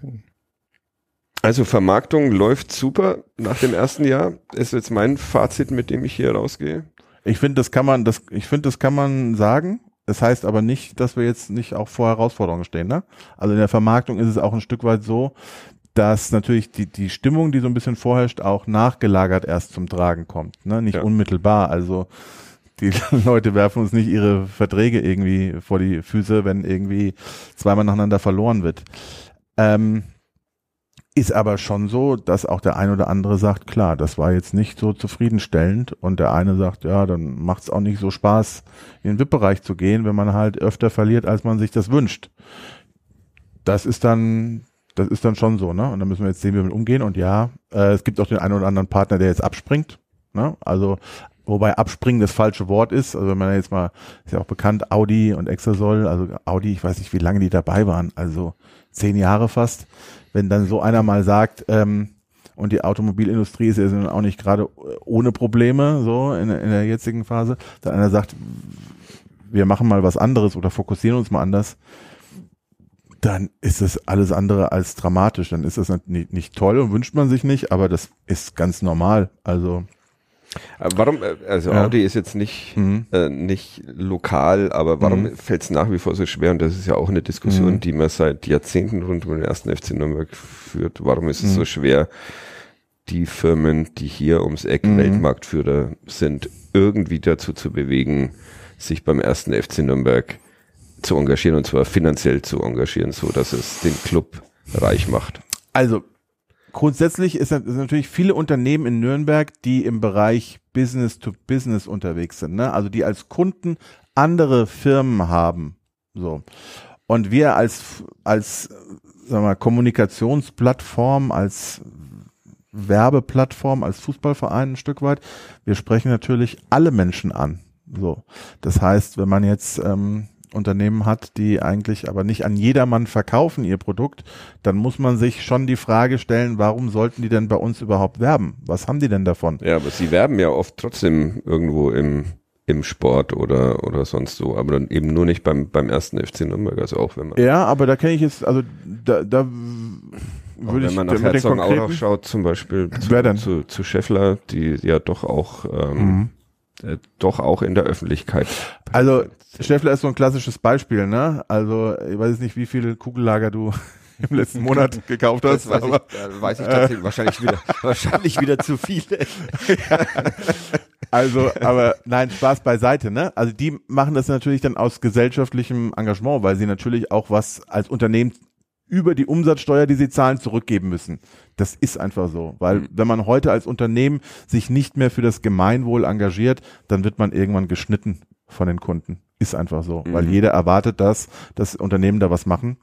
Also Vermarktung läuft super nach dem ersten Jahr. Ist jetzt mein Fazit, mit dem ich hier rausgehe. Ich finde, das kann man sagen. Das heißt aber nicht, dass wir jetzt nicht auch vor Herausforderungen stehen, ne? Also in der Vermarktung ist es auch ein Stück weit so, dass natürlich die Stimmung, die so ein bisschen vorherrscht, auch nachgelagert erst zum Tragen kommt, ne? Nicht unmittelbar. Also die Leute werfen uns nicht ihre Verträge irgendwie vor die Füße, wenn irgendwie zweimal nacheinander verloren wird. Ist aber schon so, dass auch der ein oder andere sagt, klar, das war jetzt nicht so zufriedenstellend und der eine sagt, ja, dann macht es auch nicht so Spaß, in den VIP-Bereich zu gehen, wenn man halt öfter verliert, als man sich das wünscht. Das ist dann schon so, ne? Und dann müssen wir jetzt sehen, wie wir damit umgehen. Und ja, es gibt auch den einen oder anderen Partner, der jetzt abspringt, ne? Also, wobei abspringen das falsche Wort ist. Also wenn man jetzt mal, ist ja auch bekannt, Audi und Exasol, also Audi, ich weiß nicht, wie lange die dabei waren, also 10 Jahre fast. Wenn dann so einer mal sagt, und die Automobilindustrie ist ja auch nicht gerade ohne Probleme, so in der jetzigen Phase, dann einer sagt, wir machen mal was anderes oder fokussieren uns mal anders, dann ist das alles andere als dramatisch. Dann ist das nicht toll und wünscht man sich nicht, aber das ist ganz normal. Also warum, Audi ist jetzt nicht lokal, aber warum fällt es nach wie vor so schwer? Und das ist ja auch eine Diskussion, die man seit Jahrzehnten rund um den ersten FC Nürnberg führt. Warum ist es so schwer, die Firmen, die hier ums Eck Weltmarktführer sind, irgendwie dazu zu bewegen, sich beim ersten FC Nürnberg zu engagieren und zwar finanziell zu engagieren, so dass es den Club reich macht? Also grundsätzlich ist natürlich viele Unternehmen in Nürnberg, die im Bereich Business to Business unterwegs sind, ne? Also die als Kunden andere Firmen haben, so. Und wir als sagen wir mal, Kommunikationsplattform, als Werbeplattform, als Fußballverein ein Stück weit, wir sprechen natürlich alle Menschen an, so. Das heißt, wenn man jetzt Unternehmen hat, die eigentlich aber nicht an jedermann verkaufen ihr Produkt, dann muss man sich schon die Frage stellen, warum sollten die denn bei uns überhaupt werben? Was haben die denn davon? Ja, aber sie werben ja oft trotzdem irgendwo im Sport oder sonst so, aber dann eben nur nicht beim ersten FC Nürnberg, also auch wenn man... Ja, aber da kenne ich jetzt, also da würde ich... Wenn man nach Herzogenaurach schaut zum Beispiel zu Scheffler, die ja doch auch in der Öffentlichkeit... Also Scheffler ist so ein klassisches Beispiel, ne? Also ich weiß nicht, wie viele Kugellager du im letzten Monat gekauft hast. Das weiß ich tatsächlich, wahrscheinlich wieder zu viele. Also, aber nein, Spaß beiseite, ne? Also die machen das natürlich dann aus gesellschaftlichem Engagement, weil sie natürlich auch was als Unternehmen über die Umsatzsteuer, die sie zahlen, zurückgeben müssen. Das ist einfach so, weil wenn man heute als Unternehmen sich nicht mehr für das Gemeinwohl engagiert, dann wird man irgendwann geschnitten von den Kunden. Ist einfach so, weil jeder erwartet, dass das Unternehmen da was machen.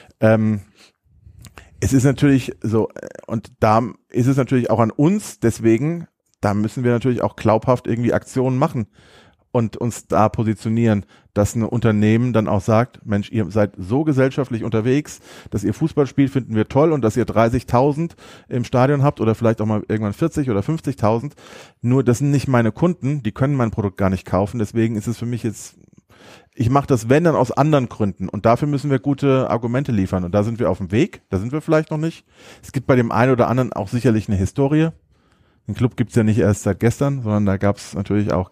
Es ist natürlich so, und da ist es natürlich auch an uns, deswegen, da müssen wir natürlich auch glaubhaft irgendwie Aktionen machen und uns da positionieren, dass ein Unternehmen dann auch sagt, Mensch, ihr seid so gesellschaftlich unterwegs, dass ihr Fußball spielt, finden wir toll, und dass ihr 30.000 im Stadion habt oder vielleicht auch mal irgendwann 40 oder 50.000. Nur das sind nicht meine Kunden, die können mein Produkt gar nicht kaufen, deswegen ist es für mich jetzt, ich mache das, wenn, dann aus anderen Gründen, und dafür müssen wir gute Argumente liefern, und da sind wir auf dem Weg, da sind wir vielleicht noch nicht. Es gibt bei dem einen oder anderen auch sicherlich eine Historie. Den Club gibt's ja nicht erst seit gestern, sondern da gibt's natürlich auch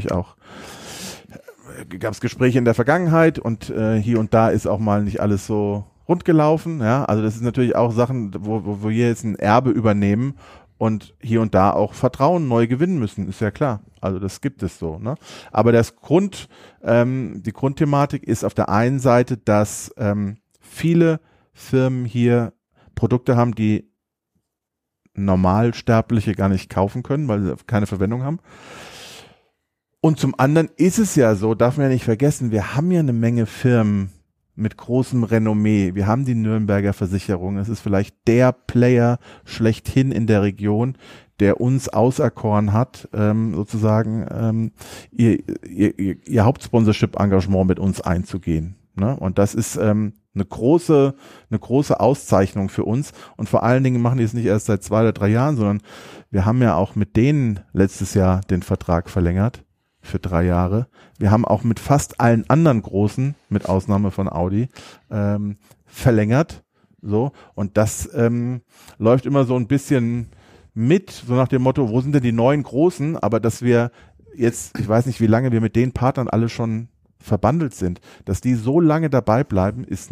Gespräche in der Vergangenheit, und hier und da ist auch mal nicht alles so rund gelaufen. Ja, also das ist natürlich auch Sachen, wo wir jetzt ein Erbe übernehmen und hier und da auch Vertrauen neu gewinnen müssen, ist ja klar. Also das gibt es so, ne? Aber die Grundthematik ist auf der einen Seite, dass viele Firmen hier Produkte haben, die Normalsterbliche gar nicht kaufen können, weil sie keine Verwendung haben. Und zum anderen ist es ja so, darf man ja nicht vergessen, wir haben ja eine Menge Firmen mit großem Renommee. Wir haben die Nürnberger Versicherung. Es ist vielleicht der Player schlechthin in der Region, der uns auserkoren hat, sozusagen ihr Hauptsponsorship-Engagement mit uns einzugehen. Ne? Und das ist eine große Auszeichnung für uns, und vor allen Dingen machen die es nicht erst seit 2 oder 3 Jahren, sondern wir haben ja auch mit denen letztes Jahr den Vertrag verlängert für 3 Jahre. Wir haben auch mit fast allen anderen Großen, mit Ausnahme von Audi, verlängert. So, und das läuft immer so ein bisschen mit, so nach dem Motto, wo sind denn die neuen Großen? Aber dass wir jetzt, ich weiß nicht, wie lange wir mit den Partnern alle schon verbandelt sind, dass die so lange dabei bleiben, ist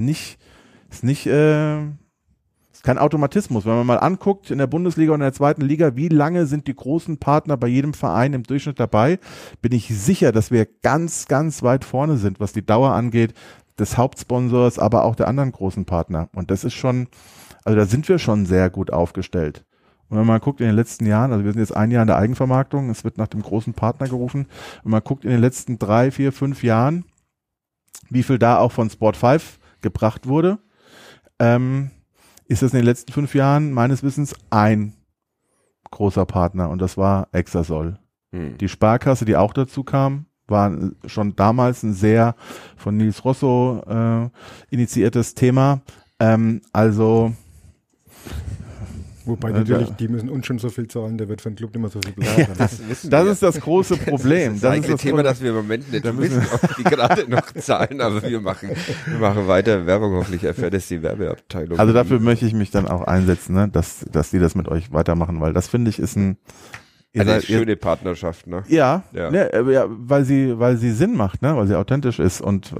kein Automatismus. Wenn man mal anguckt in der Bundesliga und in der 2. Liga, wie lange sind die großen Partner bei jedem Verein im Durchschnitt dabei, bin ich sicher, dass wir ganz, ganz weit vorne sind, was die Dauer angeht, des Hauptsponsors, aber auch der anderen großen Partner. Und das ist schon, also da sind wir schon sehr gut aufgestellt. Und wenn man guckt in den letzten Jahren, also wir sind jetzt 1 Jahr in der Eigenvermarktung, es wird nach dem großen Partner gerufen, wenn man guckt in den letzten 3, 4, 5 Jahren, wie viel da auch von Sport 5 gebracht wurde, ist das in den letzten 5 Jahren meines Wissens ein großer Partner, und das war Exasol. Die Sparkasse, die auch dazu kam, war schon damals ein sehr von Nils Rosso initiiertes Thema. Wobei natürlich, die müssen uns schon so viel zahlen, der wird für den Club nicht mehr so viel bezahlen. Das ist das große Problem. Das ist das Thema, das wir im Moment nicht wissen, ob die gerade noch zahlen, aber wir machen weiter Werbung, hoffentlich erfährt es die Werbeabteilung. Also dafür möchte ich mich dann auch einsetzen, ne, dass die das mit euch weitermachen, weil das, finde ich, ist eine schöne Partnerschaft, ne? Ja, weil sie Sinn macht, ne, weil sie authentisch ist und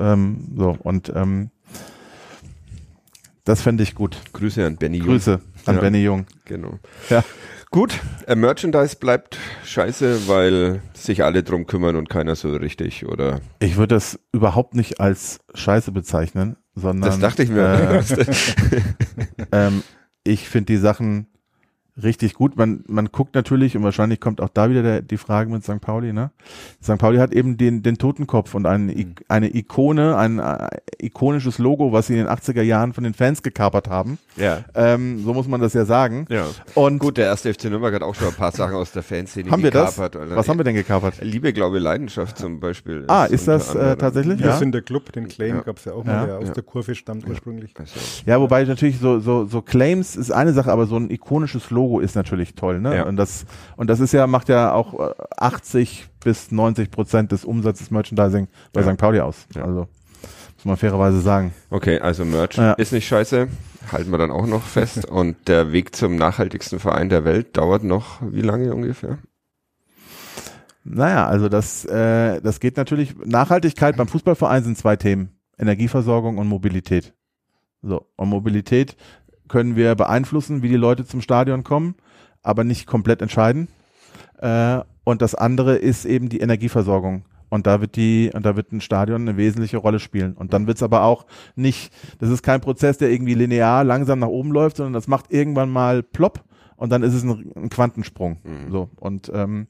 das fände ich gut. Grüße an Benny Jung. Grüße an Benny Jung. Genau. Ja. Gut, Merchandise bleibt scheiße, weil sich alle drum kümmern und keiner so richtig, oder? Ich würde das überhaupt nicht als scheiße bezeichnen, sondern... Das dachte ich mir. Ich finde die Sachen richtig gut. Man guckt natürlich, und wahrscheinlich kommt auch da wieder die Frage mit St. Pauli, ne? St. Pauli hat eben den Totenkopf und eine Ikone, ein ikonisches Logo, was sie in den 80er Jahren von den Fans gekapert haben. Ja. So muss man das ja sagen. Ja. Und gut, der erste FC Nürnberg hat auch schon ein paar Sachen aus der Fanszene gekapert. Was haben wir denn gekapert? Liebe, Glaube, Leidenschaft zum Beispiel. Ist das tatsächlich? Wir sind der Club, den Claim gab es ja auch mal, der aus der Kurve stammt ursprünglich. Ja, wobei natürlich so Claims ist eine Sache, aber so ein ikonisches Logo ist natürlich toll, ne? Ja. Und das ist ja, macht ja auch 80-90% des Umsatzes Merchandising bei St. Pauli aus. Ja. Also muss man fairerweise sagen. Okay, also Merch ist nicht scheiße, halten wir dann auch noch fest. Und der Weg zum nachhaltigsten Verein der Welt dauert noch wie lange ungefähr? Naja, also das geht natürlich, Nachhaltigkeit beim Fußballverein sind 2 Themen, Energieversorgung und Mobilität. So, und Mobilität können wir beeinflussen, wie die Leute zum Stadion kommen, aber nicht komplett entscheiden. Und das andere ist eben die Energieversorgung. Und da wird ein Stadion eine wesentliche Rolle spielen. Und dann wird es aber auch nicht, das ist kein Prozess, der irgendwie linear langsam nach oben läuft, sondern das macht irgendwann mal plopp und dann ist es ein Quantensprung. So. Und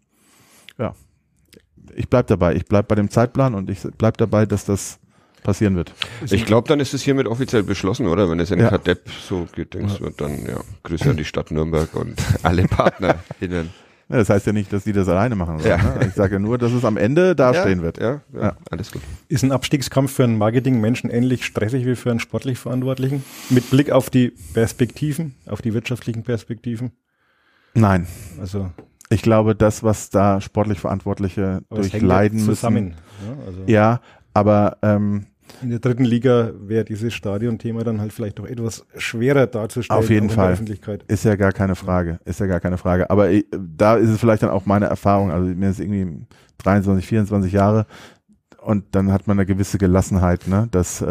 ich bleib dabei. Ich bleib bei dem Zeitplan und ich bleib dabei, dass das passieren wird. Ich glaube, dann ist es hiermit offiziell beschlossen, oder? Wenn es in Kadepp so gedenkst wird, dann grüße an die Stadt Nürnberg und alle PartnerInnen. Ja, das heißt ja nicht, dass die das alleine machen sollen. Ja. Ne? Ich sage ja nur, dass es am Ende dastehen wird. Ja, alles gut. Ist ein Abstiegskampf für einen Marketingmenschen ähnlich stressig wie für einen sportlich Verantwortlichen? Mit Blick auf die Perspektiven, auf die wirtschaftlichen Perspektiven? Nein. Also ich glaube, das, was da sportlich Verantwortliche durchleiden müssen. Zusammen. Aber in der 3. Liga wäre dieses Stadionthema dann halt vielleicht doch etwas schwerer darzustellen. Auf jeden Fall. Ist ja gar keine Frage. Aber da ist es vielleicht dann auch meine Erfahrung. Also mir ist irgendwie 23, 24 Jahre und dann hat man eine gewisse Gelassenheit, ne, dass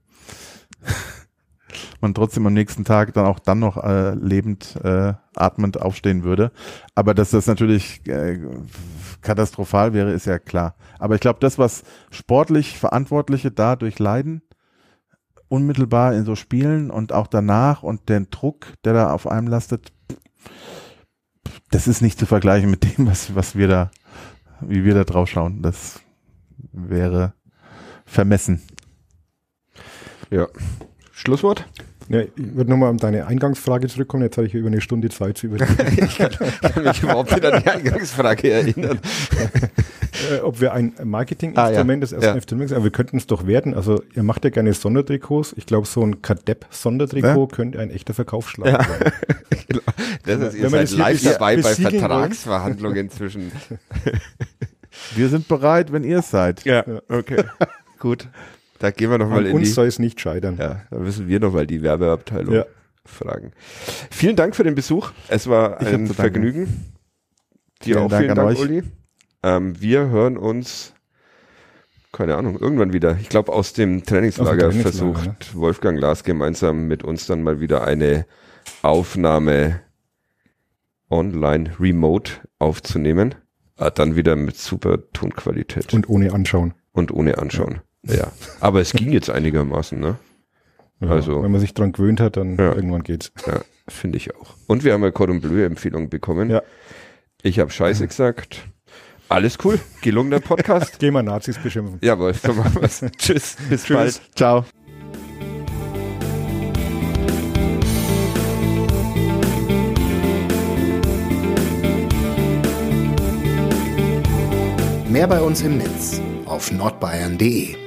man trotzdem am nächsten Tag dann noch lebend, atmend aufstehen würde. Aber dass das natürlich katastrophal wäre, ist ja klar. Aber ich glaube, das, was sportlich Verantwortliche dadurch leiden, unmittelbar in so Spielen und auch danach und den Druck, der da auf einem lastet, das ist nicht zu vergleichen mit dem, wie wir da drauf schauen. Das wäre vermessen. Ja. Schlusswort? Ja, ich würde nochmal um deine Eingangsfrage zurückkommen. Jetzt habe ich über eine Stunde Zeit zu überlegen. Ich kann mich überhaupt nicht an die Eingangsfrage erinnern. Ob wir ein Marketinginstrument des ersten FC Nürnberg sind, aber wir könnten es doch werden. Also ihr macht ja gerne Sondertrikots. Ich glaube, so ein Kadepp-Sondertrikot könnte ein echter Verkaufsschlag sein. Genau. Das ist, ihr seid live dabei bei Vertragsverhandlungen zwischen... Wir sind bereit, wenn ihr es seid. Ja, okay. Gut. Da gehen wir nochmal in uns soll es nicht scheitern. Ja, da müssen wir nochmal die Werbeabteilung fragen. Vielen Dank für den Besuch. Es war ein Vergnügen. Dir auch vielen Dank, Uli. Wir hören uns, keine Ahnung, irgendwann wieder. Ich glaube, aus dem Trainingslager versucht Wolfgang Lars gemeinsam mit uns dann mal wieder eine Aufnahme online remote aufzunehmen. Dann wieder mit super Tonqualität. Und ohne Anschauen. Ja, aber es ging jetzt einigermaßen, ne? Ja, also, wenn man sich dran gewöhnt hat, dann irgendwann geht's. Ja, finde ich auch. Und wir haben eine Cordon Bleu-Empfehlung bekommen. Ja. Ich habe Scheiße gesagt. Alles cool. Gelungener Podcast. Geh mal Nazis beschimpfen. Jawohl, so machen wir's. Tschüss. Bis bald. Ciao. Mehr bei uns im Netz auf nordbayern.de